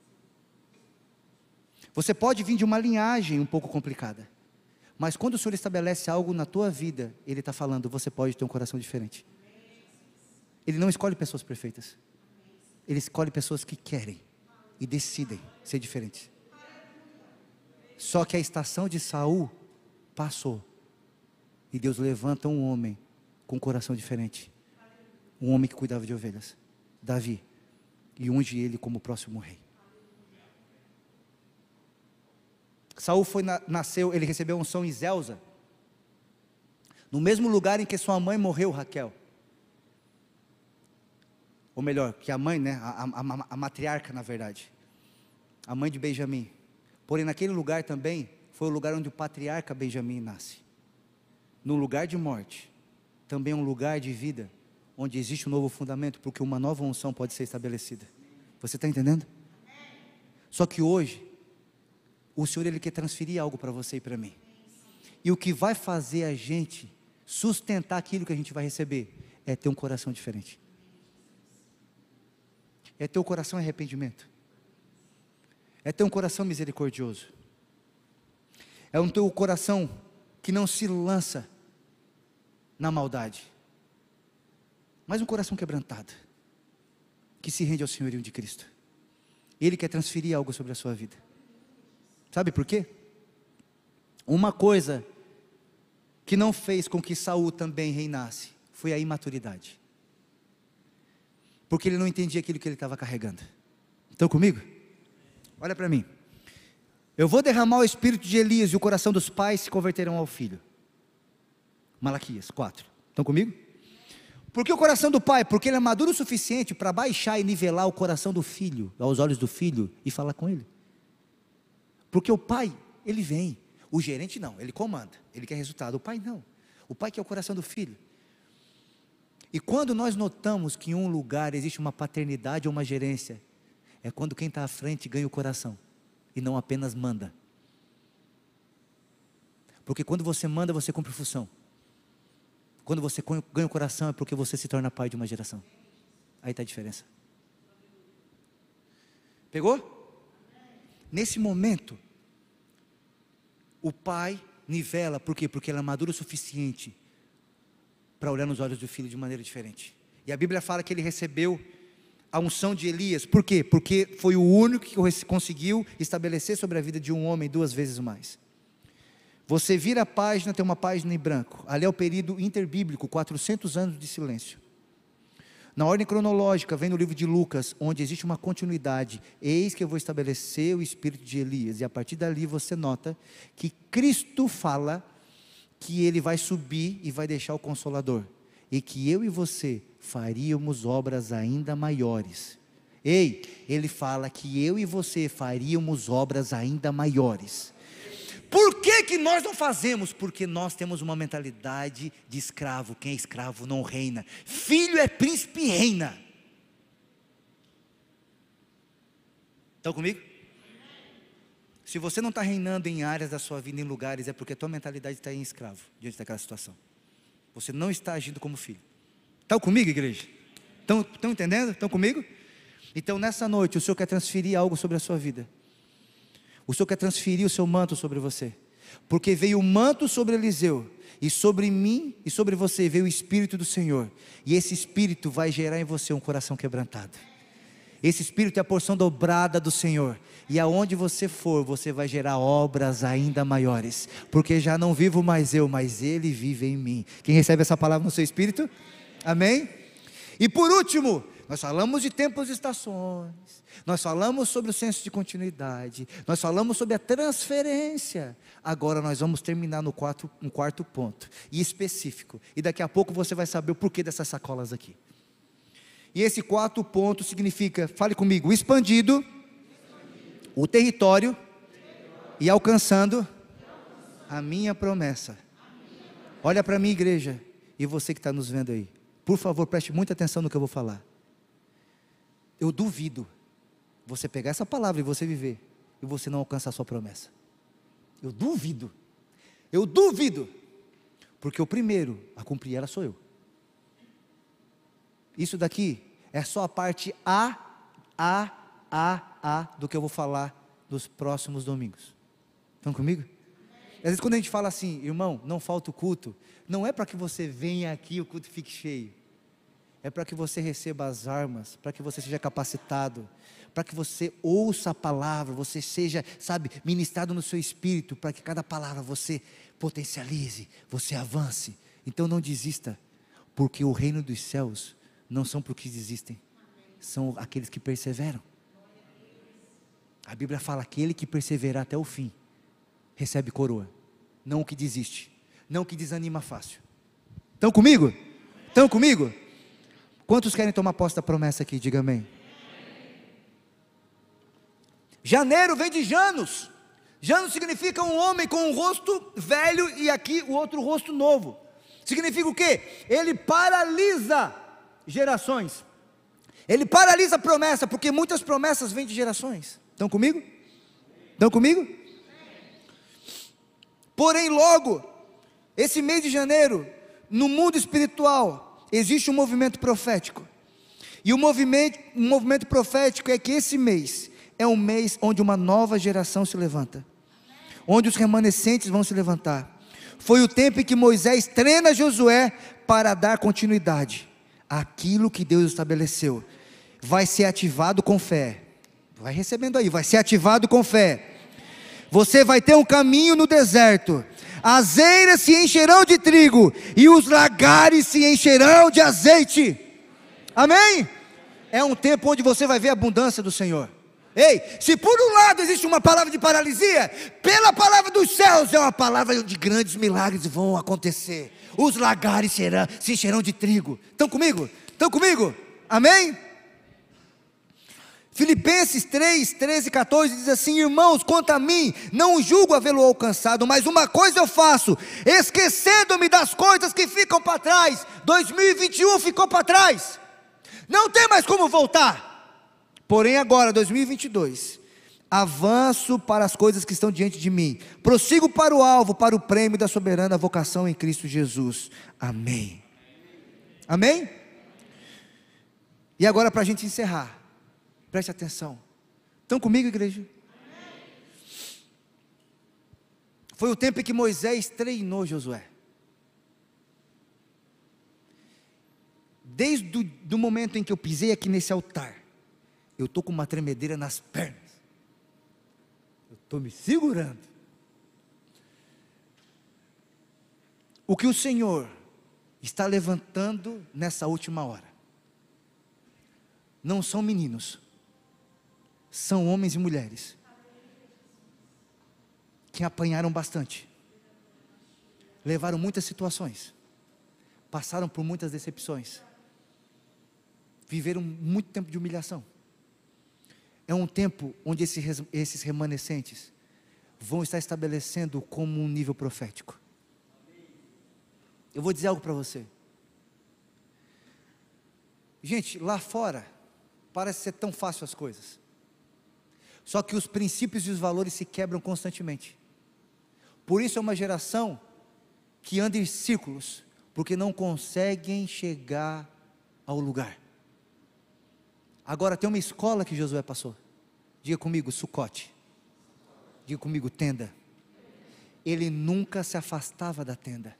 S1: Você pode vir de uma linhagem um pouco complicada, mas quando o Senhor estabelece algo na tua vida, Ele está falando: você pode ter um coração diferente. Ele não escolhe pessoas perfeitas, Ele escolhe pessoas que querem e decidem ser diferentes. Só que a estação de Saul passou, e Deus levanta um homem com um coração diferente, um homem que cuidava de ovelhas, Davi, e unge ele como o próximo rei. Saul foi, nasceu, ele recebeu a unção em Zelza, no mesmo lugar em que sua mãe morreu, Raquel. Ou melhor, que a mãe, né, a, a, a matriarca na verdade, a mãe de Benjamim. Porém naquele lugar também, foi o lugar onde o patriarca Benjamim nasce. No lugar de morte, também um lugar de vida, onde existe um novo fundamento, porque uma nova unção pode ser estabelecida. Você está entendendo? Só que hoje, o Senhor, Ele quer transferir algo para você e para mim. E o que vai fazer a gente sustentar aquilo que a gente vai receber, é ter um coração diferente. É ter um coração em arrependimento. É ter um coração misericordioso. É um ter um coração que não se lança na maldade, mas um coração quebrantado, que se rende ao senhorio de Cristo. Ele quer transferir algo sobre a sua vida. Sabe por quê? Uma coisa que não fez com que Saul também reinasse foi a imaturidade, porque ele não entendia aquilo que ele estava carregando. Estão comigo? Olha para mim. Eu vou derramar o espírito de Elias, e o coração dos pais se converterão ao filho. Malaquias quatro. Estão comigo? Por que o coração do pai? Porque ele é maduro o suficiente para baixar e nivelar o coração do filho, aos olhos do filho, e falar com ele. Porque o pai, ele vem. O gerente não, ele comanda, ele quer resultado. O pai não, o pai quer o coração do filho. E quando nós notamos que em um lugar existe uma paternidade ou uma gerência, é quando quem está à frente ganha o coração, e não apenas manda. Porque quando você manda, você cumpre função. Quando você ganha o coração, é porque você se torna pai de uma geração. Aí está a diferença. Pegou? Nesse momento, o pai nivela. Por quê? Porque ele é maduro o suficiente para olhar nos olhos do filho de maneira diferente. E a Bíblia fala que ele recebeu a unção de Elias. Por quê? Porque foi o único que conseguiu estabelecer sobre a vida de um homem duas vezes mais. Você vira a página, tem uma página em branco. Ali é o período interbíblico, quatrocentos anos de silêncio. Na ordem cronológica, vem no livro de Lucas, onde existe uma continuidade. Eis que eu vou estabelecer o espírito de Elias. E a partir dali você nota que Cristo fala que Ele vai subir e vai deixar o Consolador. E que eu e você faríamos obras ainda maiores. Ei, Ele fala que eu e você faríamos obras ainda maiores. Por que que nós não fazemos? Porque nós temos uma mentalidade de escravo. Quem é escravo não reina. Filho é príncipe e reina. Estão comigo? Se você não está reinando em áreas da sua vida, em lugares, é porque a tua mentalidade está em escravo, diante daquela situação. Você não está agindo como filho. Estão comigo, igreja? Estão, estão entendendo? Estão comigo? Então nessa noite o Senhor quer transferir algo sobre a sua vida. O Senhor quer transferir o seu manto sobre você. Porque veio o manto sobre Eliseu, e sobre mim e sobre você veio o Espírito do Senhor. E esse Espírito vai gerar em você um coração quebrantado. Esse Espírito é a porção dobrada do Senhor. E aonde você for, você vai gerar obras ainda maiores. Porque já não vivo mais eu, mas Ele vive em mim. Quem recebe essa palavra no seu espírito? Amém? E por último, nós falamos de tempos e estações. Nós falamos sobre o senso de continuidade. Nós falamos sobre a transferência. Agora nós vamos terminar no quarto, no quarto ponto. E específico. E daqui a pouco você vai saber o porquê dessas sacolas aqui. E esse quarto ponto significa, fale comigo, expandido, expandido. O território, território. E alcançando, e alcançando. A minha promessa. A minha promessa. Olha para mim, igreja, e você que está nos vendo aí, por favor, preste muita atenção no que eu vou falar. Eu duvido você pegar essa palavra e você viver, e você não alcançar a sua promessa. Eu duvido, eu duvido, porque o primeiro a cumprir ela sou eu. Isso daqui é só a parte A, A, A, A do que eu vou falar nos próximos domingos. Estão comigo? Às vezes quando a gente fala assim, irmão, não falta o culto, não é para que você venha aqui e o culto fique cheio. É para que você receba as armas, para que você seja capacitado, para que você ouça a palavra, você seja, sabe, ministrado no seu espírito, para que cada palavra você potencialize, você avance. Então não desista, porque o reino dos céus não são para os que desistem, são aqueles que perseveram. A Bíblia fala, aquele que perseverar até o fim, recebe coroa, não o que desiste, não o que desanima fácil. Estão comigo? Estão comigo? Quantos querem tomar posse da promessa aqui? Diga amém. Janeiro vem de Janos. Janos significa um homem com um rosto velho e aqui o outro rosto novo. Significa o quê? Ele paralisa gerações. Ele paralisa a promessa, porque muitas promessas vêm de gerações. Estão comigo? Estão comigo? Porém logo, esse mês de janeiro, no mundo espiritual, existe um movimento profético. E o movimento, o movimento profético é que esse mês é um mês onde uma nova geração se levanta, onde os remanescentes vão se levantar. Foi o tempo em que Moisés treina Josué para dar continuidade àquilo que Deus estabeleceu. Vai ser ativado com fé. Vai recebendo aí, vai ser ativado com fé. Você vai ter um caminho no deserto. As eiras se encherão de trigo e os lagares se encherão de azeite. Amém? É um tempo onde você vai ver a abundância do Senhor. Ei, se por um lado existe uma palavra de paralisia, pela palavra dos céus é uma palavra onde grandes milagres vão acontecer. Os lagares serão, se encherão de trigo. Estão comigo? Estão comigo? Amém? Filipenses três, treze e quatorze diz assim: irmãos, quanto a mim, não julgo havê-lo alcançado, mas uma coisa eu faço, esquecendo-me das coisas que ficam para trás. dois mil e vinte e um ficou para trás, não tem mais como voltar. Porém agora, dois mil e vinte e dois, avanço para as coisas que estão diante de mim, prossigo para o alvo, para o prêmio da soberana vocação em Cristo Jesus. Amém. Amém? E agora, para a gente encerrar, preste atenção. Estão comigo, igreja? Amém. Foi o tempo em que Moisés treinou Josué. Desde o do momento em que eu pisei aqui nesse altar, eu estou com uma tremedeira nas pernas. Eu estou me segurando. O que o Senhor está levantando nessa última hora, não são meninos, são homens e mulheres que apanharam bastante, levaram muitas situações, passaram por muitas decepções, viveram muito tempo de humilhação, é um tempo onde esses, esses remanescentes vão estar estabelecendo como um nível profético. Eu vou dizer algo para você. Gente, lá fora, parece ser tão fácil as coisas. Só que os princípios e os valores se quebram constantemente. Por isso é uma geração que anda em círculos, porque não conseguem chegar ao lugar. Agora tem uma escola que Josué passou. Diga comigo, Sucote. Diga comigo, tenda. Ele nunca se afastava da tenda.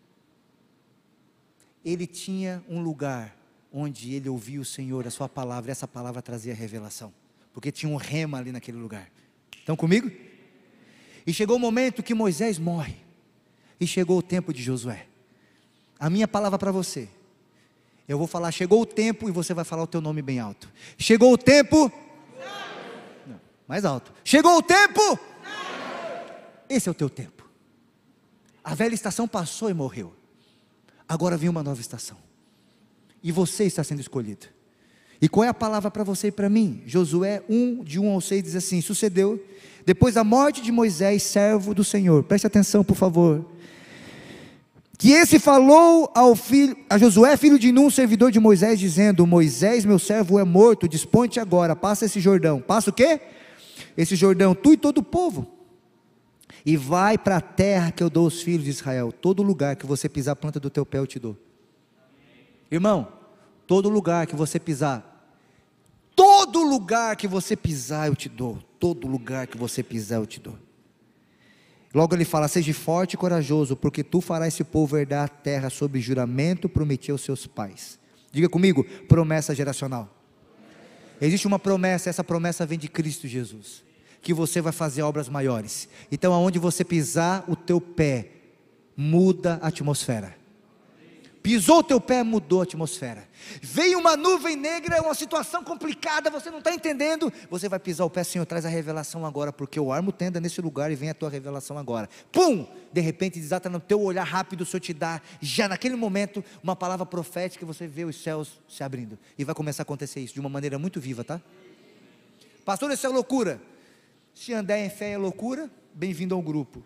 S1: Ele tinha um lugar onde ele ouvia o Senhor, a sua palavra, e essa palavra trazia revelação, porque tinha um rema ali naquele lugar. Estão comigo? E chegou o momento que Moisés morre, e chegou o tempo de Josué. A minha palavra para você, eu vou falar, chegou o tempo, e você vai falar o teu nome bem alto. Chegou o tempo, não, mais alto. Chegou o tempo, esse é o teu tempo. A velha estação passou e morreu. Agora vem uma nova estação. E você está sendo escolhido. E qual é a palavra para você e para mim? Josué um, de um ao seis diz assim: sucedeu, depois da morte de Moisés, servo do Senhor, preste atenção por favor, que esse falou ao filho, a Josué, filho de Num, servidor de Moisés, dizendo: Moisés, meu servo, é morto, dispõe-te agora, passa esse Jordão. Passa o quê? Esse Jordão, tu e todo o povo, e vai para a terra que eu dou aos filhos de Israel. Todo lugar que você pisar a planta do teu pé eu te dou. Irmão, todo lugar que você pisar, todo lugar que você pisar eu te dou, todo lugar que você pisar eu te dou. Logo ele fala: seja forte e corajoso, porque tu farás esse povo herdar a terra sob juramento prometido aos seus pais. Diga comigo, promessa geracional. Existe uma promessa, essa promessa vem de Cristo Jesus, que você vai fazer obras maiores. Então aonde você pisar o teu pé, muda a atmosfera. Pisou o teu pé, mudou a atmosfera. Veio uma nuvem negra, é uma situação complicada, você não está entendendo. Você vai pisar o pé, Senhor, traz a revelação agora, porque eu armo tenda nesse lugar e vem a tua revelação agora. Pum! De repente desata no teu olhar rápido, o Senhor te dá, já naquele momento, uma palavra profética, e você vê os céus se abrindo. E vai começar a acontecer isso de uma maneira muito viva, tá? Pastor, isso é loucura. Se andar em fé é loucura, bem-vindo ao grupo.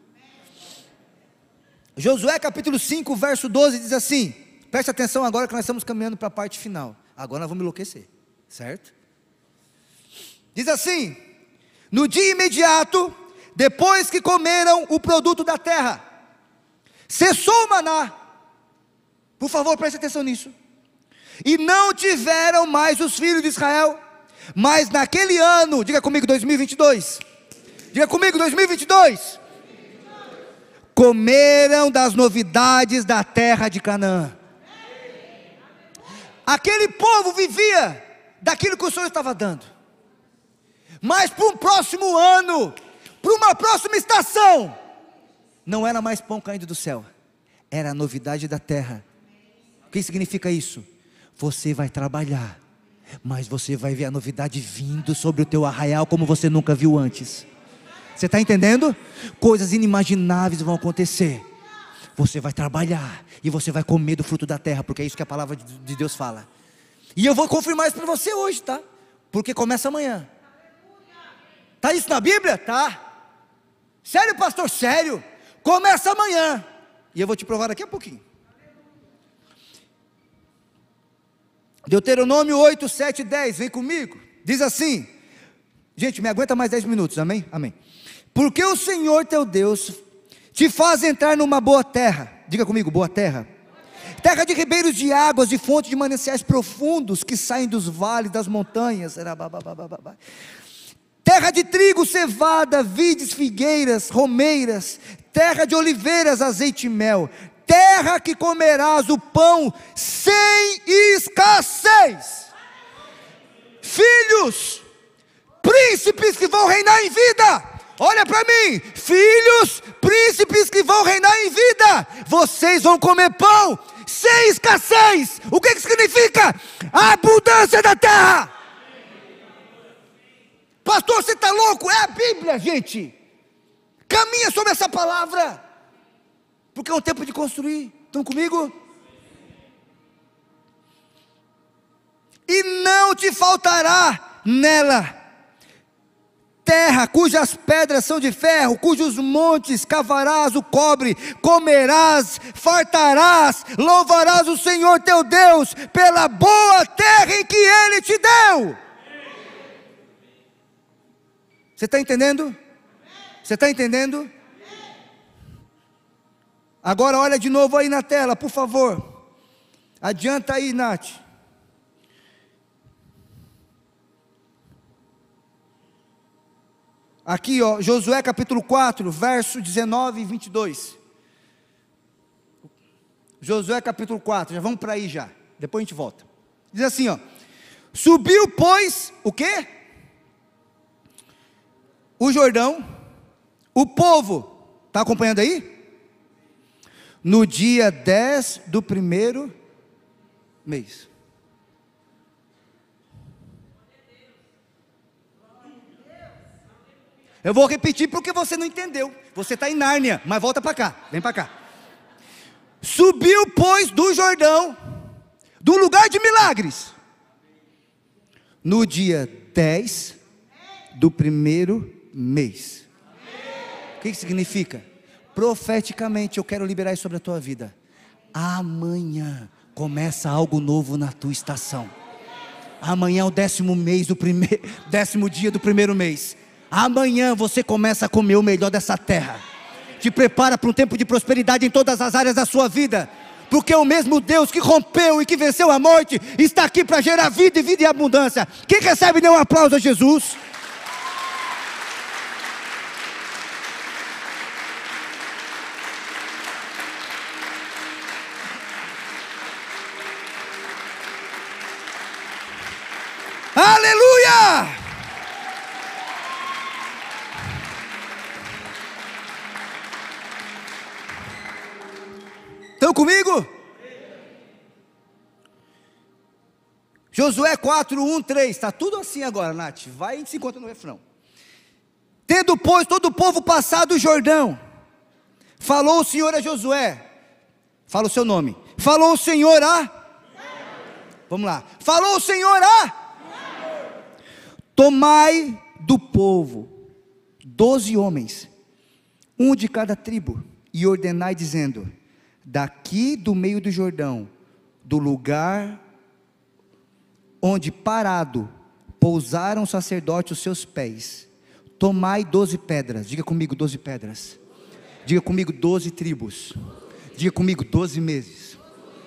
S1: Josué capítulo cinco, verso doze diz assim, preste atenção agora que nós estamos caminhando para a parte final. Agora nós vamos enlouquecer, certo? Diz assim: no dia imediato, depois que comeram o produto da terra, cessou o maná. Por favor, preste atenção nisso. E não tiveram mais os filhos de Israel, mas naquele ano, diga comigo, dois mil e vinte e dois. Diga comigo, dois mil e vinte e dois. Comeram das novidades da terra de Canaã. Aquele povo vivia daquilo que o Senhor estava dando, mas para um próximo ano, para uma próxima estação, não era mais pão caindo do céu, era a novidade da terra. O que significa isso? Você vai trabalhar, mas você vai ver a novidade vindo sobre o teu arraial como você nunca viu antes. Você está entendendo? Coisas inimagináveis vão acontecer. Você vai trabalhar e você vai comer do fruto da terra, porque é isso que a palavra de Deus fala. E eu vou confirmar isso para você hoje, tá? Porque começa amanhã. Tá isso na Bíblia? Tá. Sério, pastor? Sério. Começa amanhã. E eu vou te provar daqui a pouquinho. Deuteronômio oito, sete e dez, vem comigo. Diz assim, gente, me aguenta mais dez minutos, amém? Amém. Porque o Senhor teu Deus te faz entrar numa boa terra. Diga comigo, boa terra. Terra de ribeiros de águas, de fontes de mananciais profundos que saem dos vales, das montanhas. Terra de trigo, cevada, vides, figueiras, romeiras. Terra de oliveiras, azeite e mel. Terra que comerás o pão sem escassez. Filhos, príncipes que vão reinar em vida. Olha para mim, filhos, príncipes que vão reinar em vida, vocês vão comer pão sem escassez. O que que significa? A abundância da terra. Pastor, você está louco? É a Bíblia, gente. Caminha sobre essa palavra, porque é um tempo de construir. Estão comigo? E não te faltará nela terra cujas pedras são de ferro, cujos montes cavarás o cobre, comerás, fartarás, louvarás o Senhor teu Deus, pela boa terra em que Ele te deu. Você está entendendo? Você está entendendo? Agora olha de novo aí na tela, por favor. Adianta aí, Nath. Aqui, ó, Josué capítulo quatro, verso dezenove e vinte e dois. Josué capítulo quatro, já vamos para aí já. Depois a gente volta. Diz assim, ó: subiu, pois, o quê? O Jordão, o povo, está acompanhando aí? No dia dez do primeiro mês. Eu vou repetir porque você não entendeu. Você está em Nárnia, mas volta para cá, vem para cá. Subiu, pois, do Jordão, do lugar de milagres, no dia dez do primeiro mês. O que isso significa? Profeticamente eu quero liberar isso sobre a tua vida. Amanhã começa algo novo na tua estação. Amanhã é o décimo mês do primeiro, décimo dia do primeiro mês. Amanhã você começa a comer o melhor dessa terra. Te prepara para um tempo de prosperidade em todas as áreas da sua vida, porque o mesmo Deus que rompeu e que venceu a morte está aqui para gerar vida e vida em abundância. Quem recebe, dê um aplauso a Jesus. Aleluia! Estão comigo? Josué quatro, um, três, está tudo assim agora, Nath, vai e se encontra no refrão. Tendo, pois, todo o povo passado o Jordão, falou o Senhor a Josué, fala o seu nome, falou o Senhor a, vamos lá, falou o Senhor a, tomai do povo doze homens, um de cada tribo, e ordenai dizendo: daqui do meio do Jordão, do lugar onde parado pousaram os sacerdotes os seus pés, tomai doze pedras. Diga comigo, doze pedras. Diga comigo, doze tribos. Diga comigo, doze meses.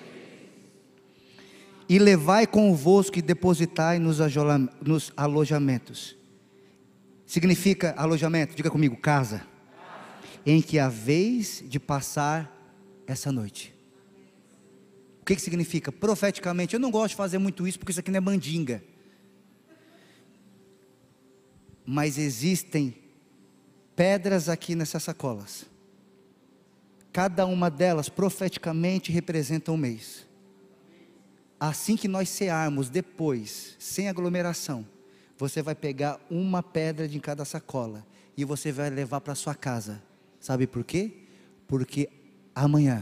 S1: E levai convosco e depositai nos, nos alojamentos. Significa alojamento, diga comigo, casa, em que haveis de passar essa noite. O que que significa? Profeticamente, eu não gosto de fazer muito isso, porque isso aqui não é mandinga, mas existem pedras aqui nessas sacolas, cada uma delas profeticamente representa um mês. Assim que nós cearmos depois, sem aglomeração, você vai pegar uma pedra de cada sacola, e você vai levar para sua casa. Sabe por quê? Porque amanhã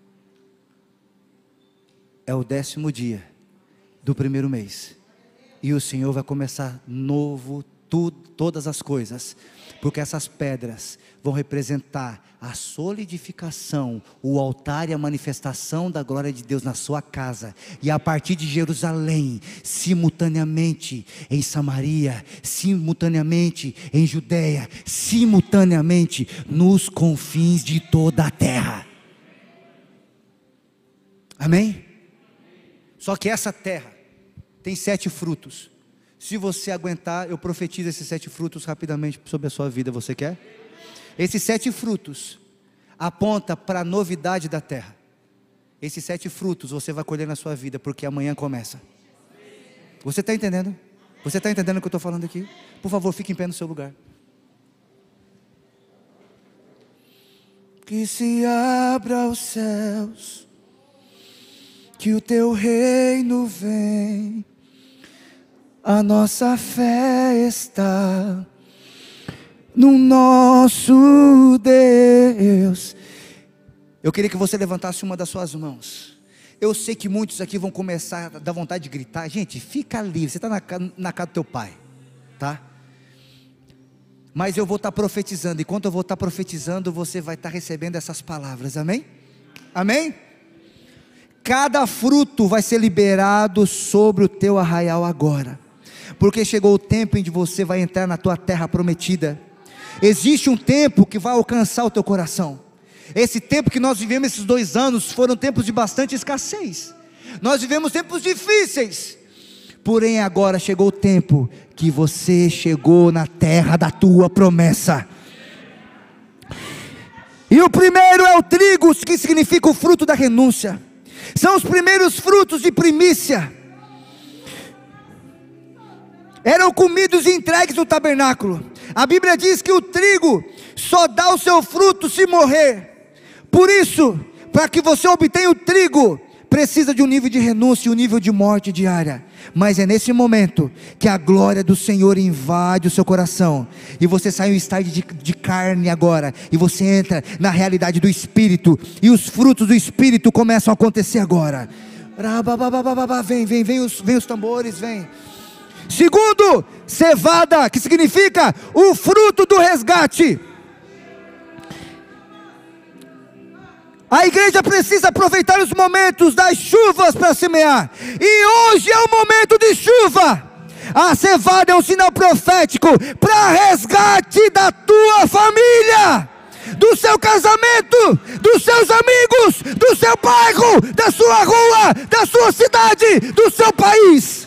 S1: é o décimo dia do primeiro mês, e o Senhor vai começar novo, tudo, todas as coisas, porque essas pedras vão representar a solidificação, o altar e a manifestação da glória de Deus na sua casa, e a partir de Jerusalém, simultaneamente em Samaria, simultaneamente em Judeia, simultaneamente nos confins de toda a terra. Amém? Só que essa terra tem sete frutos. Se você aguentar, eu profetizo esses sete frutos rapidamente sobre a sua vida. Você quer? Esses sete frutos apontam para a novidade da terra. Esses sete frutos você vai colher na sua vida, porque amanhã começa. Você está entendendo? Você está entendendo o que eu estou falando aqui? Por favor, fique em pé no seu lugar. Que se abra os céus, que o teu reino vem, a nossa fé está no nosso Deus. Eu queria que você levantasse uma das suas mãos. Eu sei que muitos aqui vão começar a dar vontade de gritar. Gente, fica livre, você está na, na casa do teu pai, tá? Mas eu vou estar profetizando, e enquanto eu vou estar profetizando, você vai estar recebendo essas palavras, amém? Amém? Cada fruto vai ser liberado sobre o teu arraial agora, porque chegou o tempo em que você vai entrar na tua terra prometida. Existe um tempo que vai alcançar o teu coração. Esse tempo que nós vivemos, esses dois anos, foram tempos de bastante escassez. Nós vivemos tempos difíceis. Porém agora chegou o tempo que você chegou na terra da tua promessa. E o primeiro é o trigo, que significa o fruto da renúncia. São os primeiros frutos de primícia. Eram comidos e entregues no tabernáculo. A Bíblia diz que o trigo só dá o seu fruto se morrer. Por isso, para que você obtenha o trigo, precisa de um nível de renúncia, um nível de morte diária. Mas é nesse momento que a glória do Senhor invade o seu coração, e você sai do estágio de, de carne agora, e você entra na realidade do Espírito, e os frutos do Espírito começam a acontecer agora. Vem, vem, vem os, vem os tambores, vem. Segundo, cevada, que significa o fruto do resgate. A igreja precisa aproveitar os momentos das chuvas para semear, e hoje é o momento de chuva. A cevada é um sinal profético para resgate da tua família, do seu casamento, dos seus amigos, do seu bairro, da sua rua, da sua cidade, do seu país.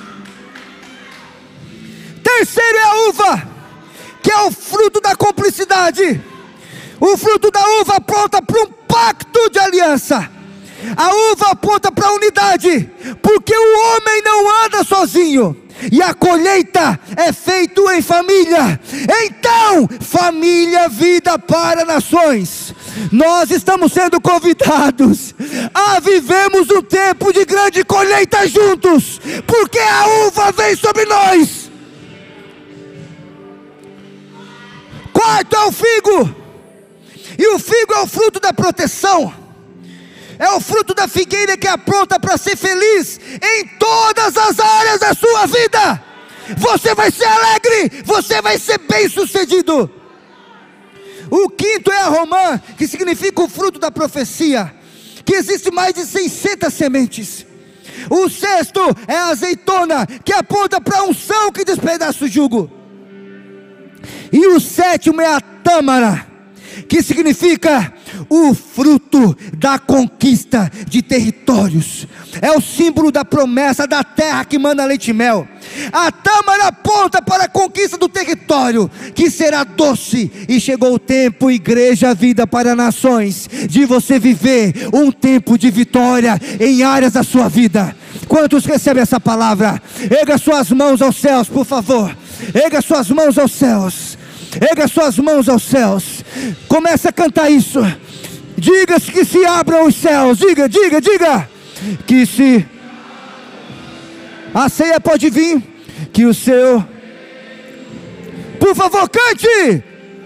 S1: Terceiro é a uva, que é o fruto da cumplicidade. O fruto da uva aponta para um pacto de aliança. A uva aponta para a unidade, porque o homem não anda sozinho, e a colheita é feita em família. Então, família, vida para nações. Nós estamos sendo convidados a vivermos um tempo de grande colheita juntos, porque a uva vem sobre nós. Quarto é o figo. E o figo é o fruto da proteção. É o fruto da figueira que apronta para ser feliz em todas as áreas da sua vida. Você vai ser alegre, você vai ser bem sucedido. O quinto é a romã, que significa o fruto da profecia, que existe mais de seiscentas sementes. O sexto é a azeitona, que aponta para a unção que despedaça o jugo. E o sétimo é a tâmara, que significa o fruto da conquista de territórios. É o símbolo da promessa da terra que manda leite e mel. A tâmara aponta para a conquista do território, que será doce. E chegou o tempo, igreja, vida para nações, de você viver um tempo de vitória em áreas da sua vida. Quantos recebem essa palavra? Erga suas mãos aos céus, por favor. Erga suas mãos aos céus. Erga suas mãos aos céus. Começa a cantar isso. Diga que se abram os céus. Diga, diga, diga. Que se... A ceia pode vir. Que o seu... Por favor, cante.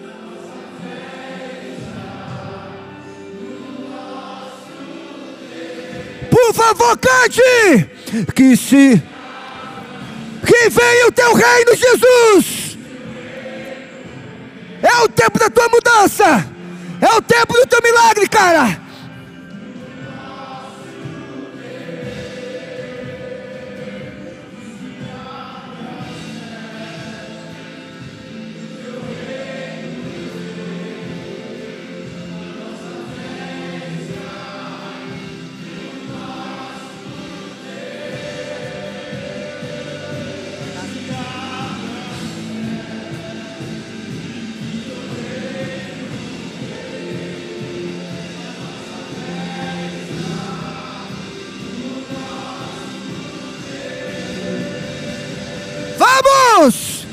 S1: Por favor, cante. Que se... Que venha o teu reino, Jesus. É o tempo da tua mudança. É o tempo do teu milagre, cara. Vamos!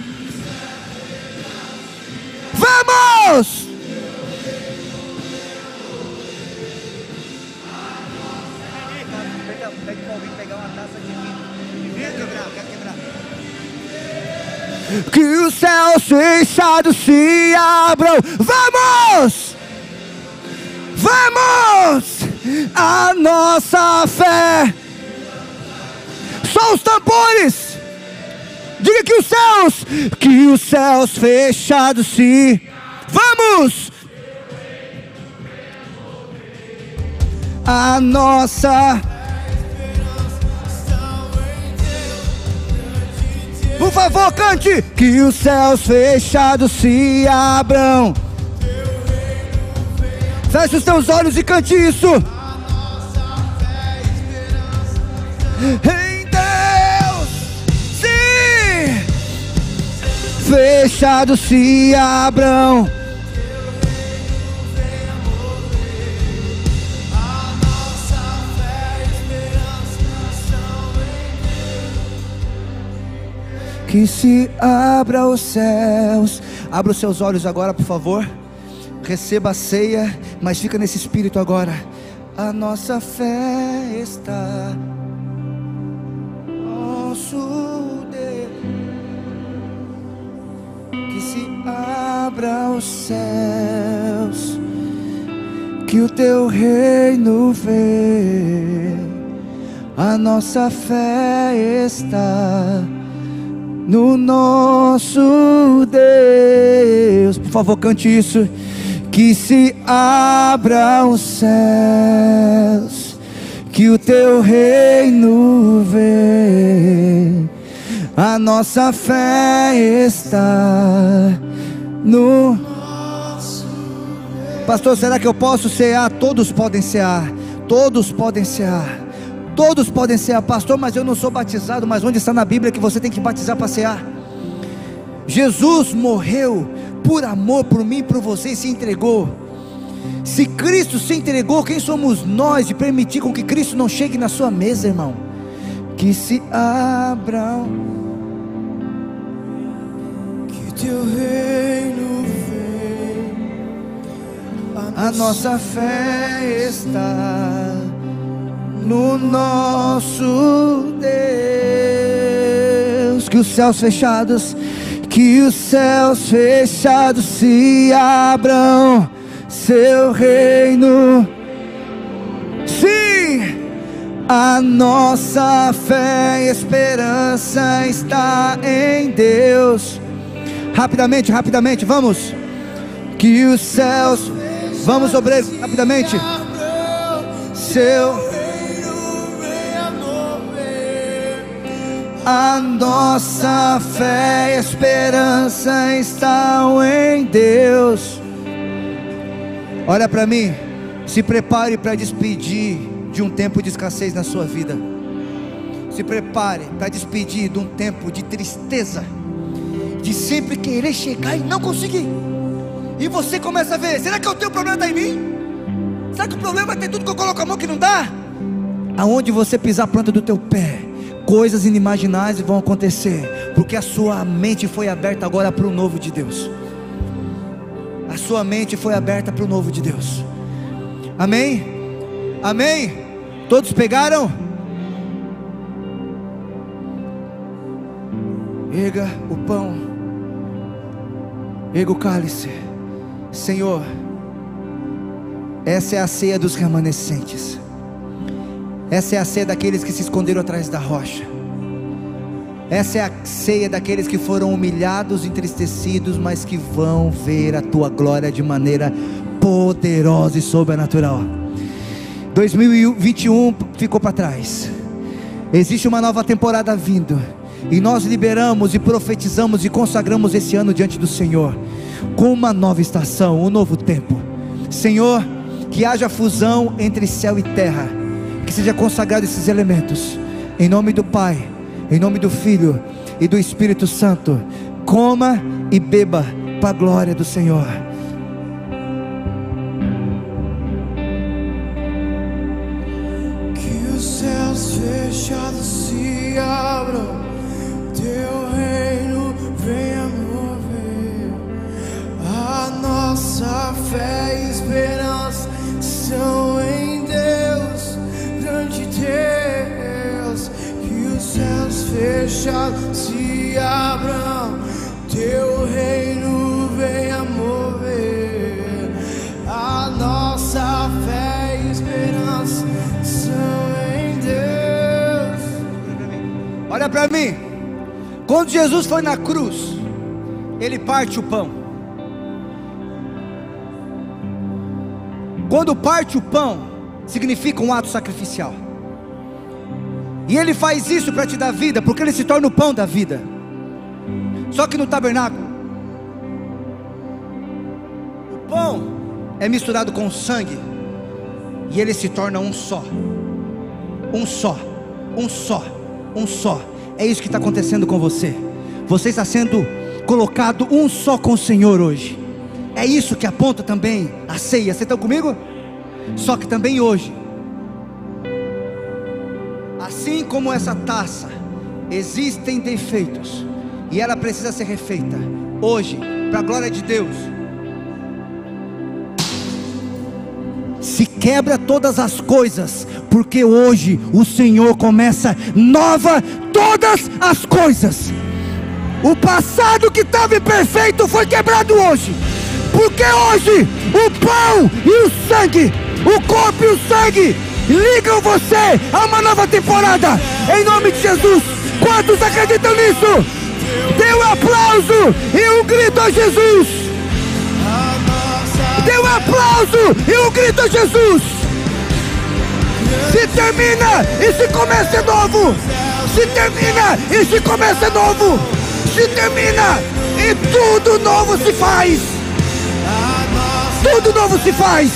S1: Vamos! Pede para alguém pegar uma taça de vinho. Quer quebrar, quer quebrar. Que os céus fechados se abram. Vamos! Vamos! A nossa fé. Só os tambores. Diga que os céus, que os céus fechados se... Vamos! A nossa... Por favor, cante! Que os céus fechados se abram. Feche os teus olhos e cante isso. Em Deus, sim. Fechados se abram. Que se abra os céus. Abra os seus olhos agora, por favor. Receba a ceia, mas fica nesse espírito agora. A nossa fé está nosso Deus. Que se abra os céus, que o teu reino venha. A nossa fé está no nosso Deus. Por favor, cante isso. Que se abra os céus, que o teu reino venha. A nossa fé está no nosso Deus. Pastor, será que eu posso cear? Todos podem cear. Todos podem cear. Todos podem cear. Pastor, mas eu não sou batizado. Mas onde está na Bíblia que você tem que batizar para cear? Jesus morreu por amor por mim e por você, e se entregou. Se Cristo se entregou, quem somos nós de permitir com que Cristo não chegue na sua mesa, irmão? Que se abram, que teu reino venha. A nossa fé está no nosso Deus. Que os céus fechados, que os céus fechados se abram, seu reino. Sim, a nossa fé e esperança está em Deus. Rapidamente, rapidamente, vamos. Que os céus, vamos obreiros, rapidamente. Seu A nossa fé e esperança estão em Deus. Olha para mim. Se prepare para despedir de um tempo de escassez na sua vida. Se prepare para despedir de um tempo de tristeza, de sempre querer chegar e não conseguir. E você começa a ver: será que o teu problema está em mim? Será que o problema é ter tudo que eu coloco a mão que não dá? Aonde você pisar a planta do teu pé, coisas inimagináveis vão acontecer, porque a sua mente foi aberta agora para o novo de Deus. A sua mente foi aberta para o novo de Deus. Amém? Amém? Todos pegaram? Erga o pão, erga o cálice. Senhor, essa é a ceia dos remanescentes. Essa é a ceia daqueles que se esconderam atrás da rocha. Essa é a ceia daqueles que foram humilhados, entristecidos, mas que vão ver a tua glória de maneira poderosa e sobrenatural. dois mil e vinte e um ficou para trás. Existe uma nova temporada vindo, e nós liberamos e profetizamos e consagramos esse ano diante do Senhor, com uma nova estação, um novo tempo. Senhor, que haja fusão entre céu e terra, que seja consagrado esses elementos, em nome do Pai, em nome do Filho e do Espírito Santo. Coma e beba para a glória do Senhor.
S2: Que os céus fechados se abram, teu reino venha mover. A nossa fé e esperança são em Deus, grande Deus. Que os céus fechados se abram, teu reino venha mover. A nossa fé e esperança são em Deus.
S1: Olha para mim. Quando Jesus foi na cruz, Ele parte o pão. Quando parte o pão, significa um ato sacrificial. E Ele faz isso para te dar vida, porque Ele se torna o pão da vida. Só que no tabernáculo, o pão é misturado com sangue, e ele se torna um só. Um só, um só, um só. É isso que está acontecendo com você. Você está sendo colocado um só com o Senhor hoje. É isso que aponta também a ceia. Vocês estão comigo? Só que também hoje, assim como essa taça, existem defeitos, e ela precisa ser refeita. Hoje, para a glória de Deus, se quebra todas as coisas, porque hoje o Senhor começa nova todas as coisas. O passado que estava imperfeito foi quebrado hoje, porque hoje o pão e o sangue, o corpo e o sangue ligam você a uma nova temporada, em nome de Jesus. Quantos acreditam nisso? Dê um aplauso e um grito a Jesus. Dê um aplauso e um grito a Jesus. Se termina e se começa novo. Se termina e se começa novo. Se termina e tudo novo se faz. Tudo novo se faz.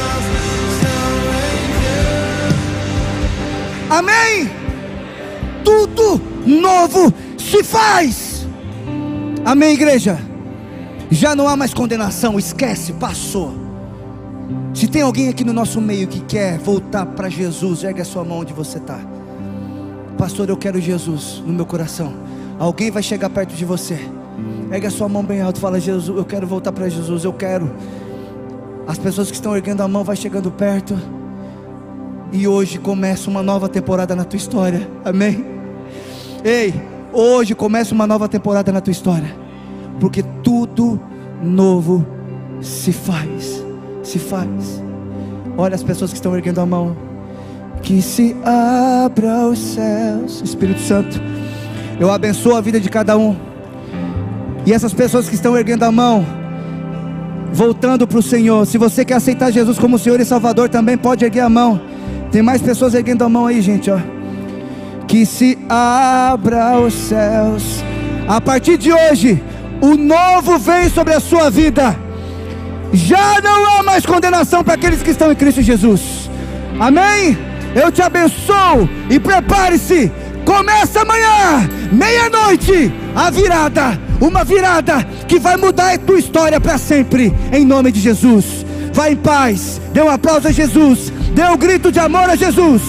S1: Amém? Tudo novo se faz. Amém, igreja? Já não há mais condenação, esquece, passou. Se tem alguém aqui no nosso meio que quer voltar para Jesus, ergue a sua mão onde você está. Pastor, eu quero Jesus no meu coração. Alguém vai chegar perto de você, ergue a sua mão bem alto, fala: Jesus, eu quero voltar para Jesus, eu quero. As pessoas que estão erguendo a mão vai chegando perto. E hoje começa uma nova temporada na tua história. Amém? Ei, hoje começa uma nova temporada na tua história, porque tudo novo se faz. Se faz. Olha as pessoas que estão erguendo a mão. Que se abra os céus. Espírito Santo, eu abençoo a vida de cada um. E essas pessoas que estão erguendo a mão, voltando para o Senhor. Se você quer aceitar Jesus como Senhor e Salvador, também pode erguer a mão. Tem mais pessoas erguendo a mão aí, gente, ó. Que se abra os céus. A partir de hoje, o novo vem sobre a sua vida. Já não há mais condenação para aqueles que estão em Cristo Jesus. Amém? Eu te abençoo e prepare-se. Começa amanhã, meia-noite, a virada. Uma virada que vai mudar a tua história para sempre, em nome de Jesus. Vai em paz. Dê um aplauso a Jesus. Dê um grito de amor a Jesus.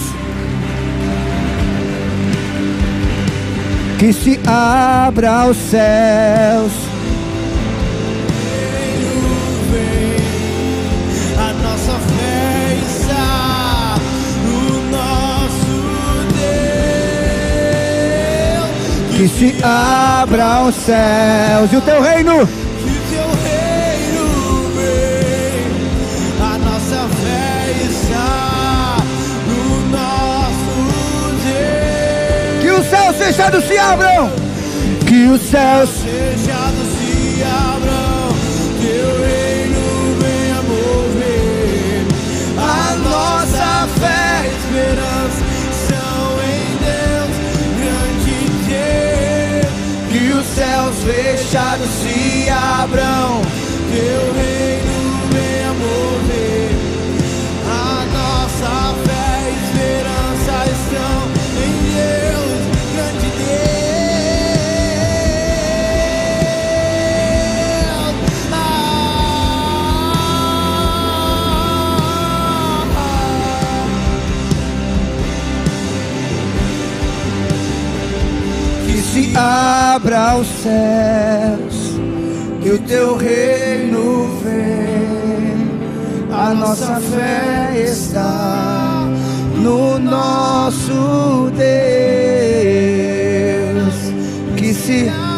S1: Que se abra os céus.
S2: A nossa fé está no nosso Deus.
S1: Que se abra os céus. E o teu reino.
S2: Que o teu reino vem. A nossa fé está no nosso Deus.
S1: Que os céus fechados se abram. Que os céus
S2: fechados se abram. Teu reino venha mover. A nossa fé e esperança são em Deus, grande Deus.
S1: que os céus fechados se abram.
S2: Teu reino venha mover. A nossa fé e esperança estão em Deus, grande Deus.
S1: Que se abra os céus, que o teu reino vem. A nossa fé está no nosso Deus. Que se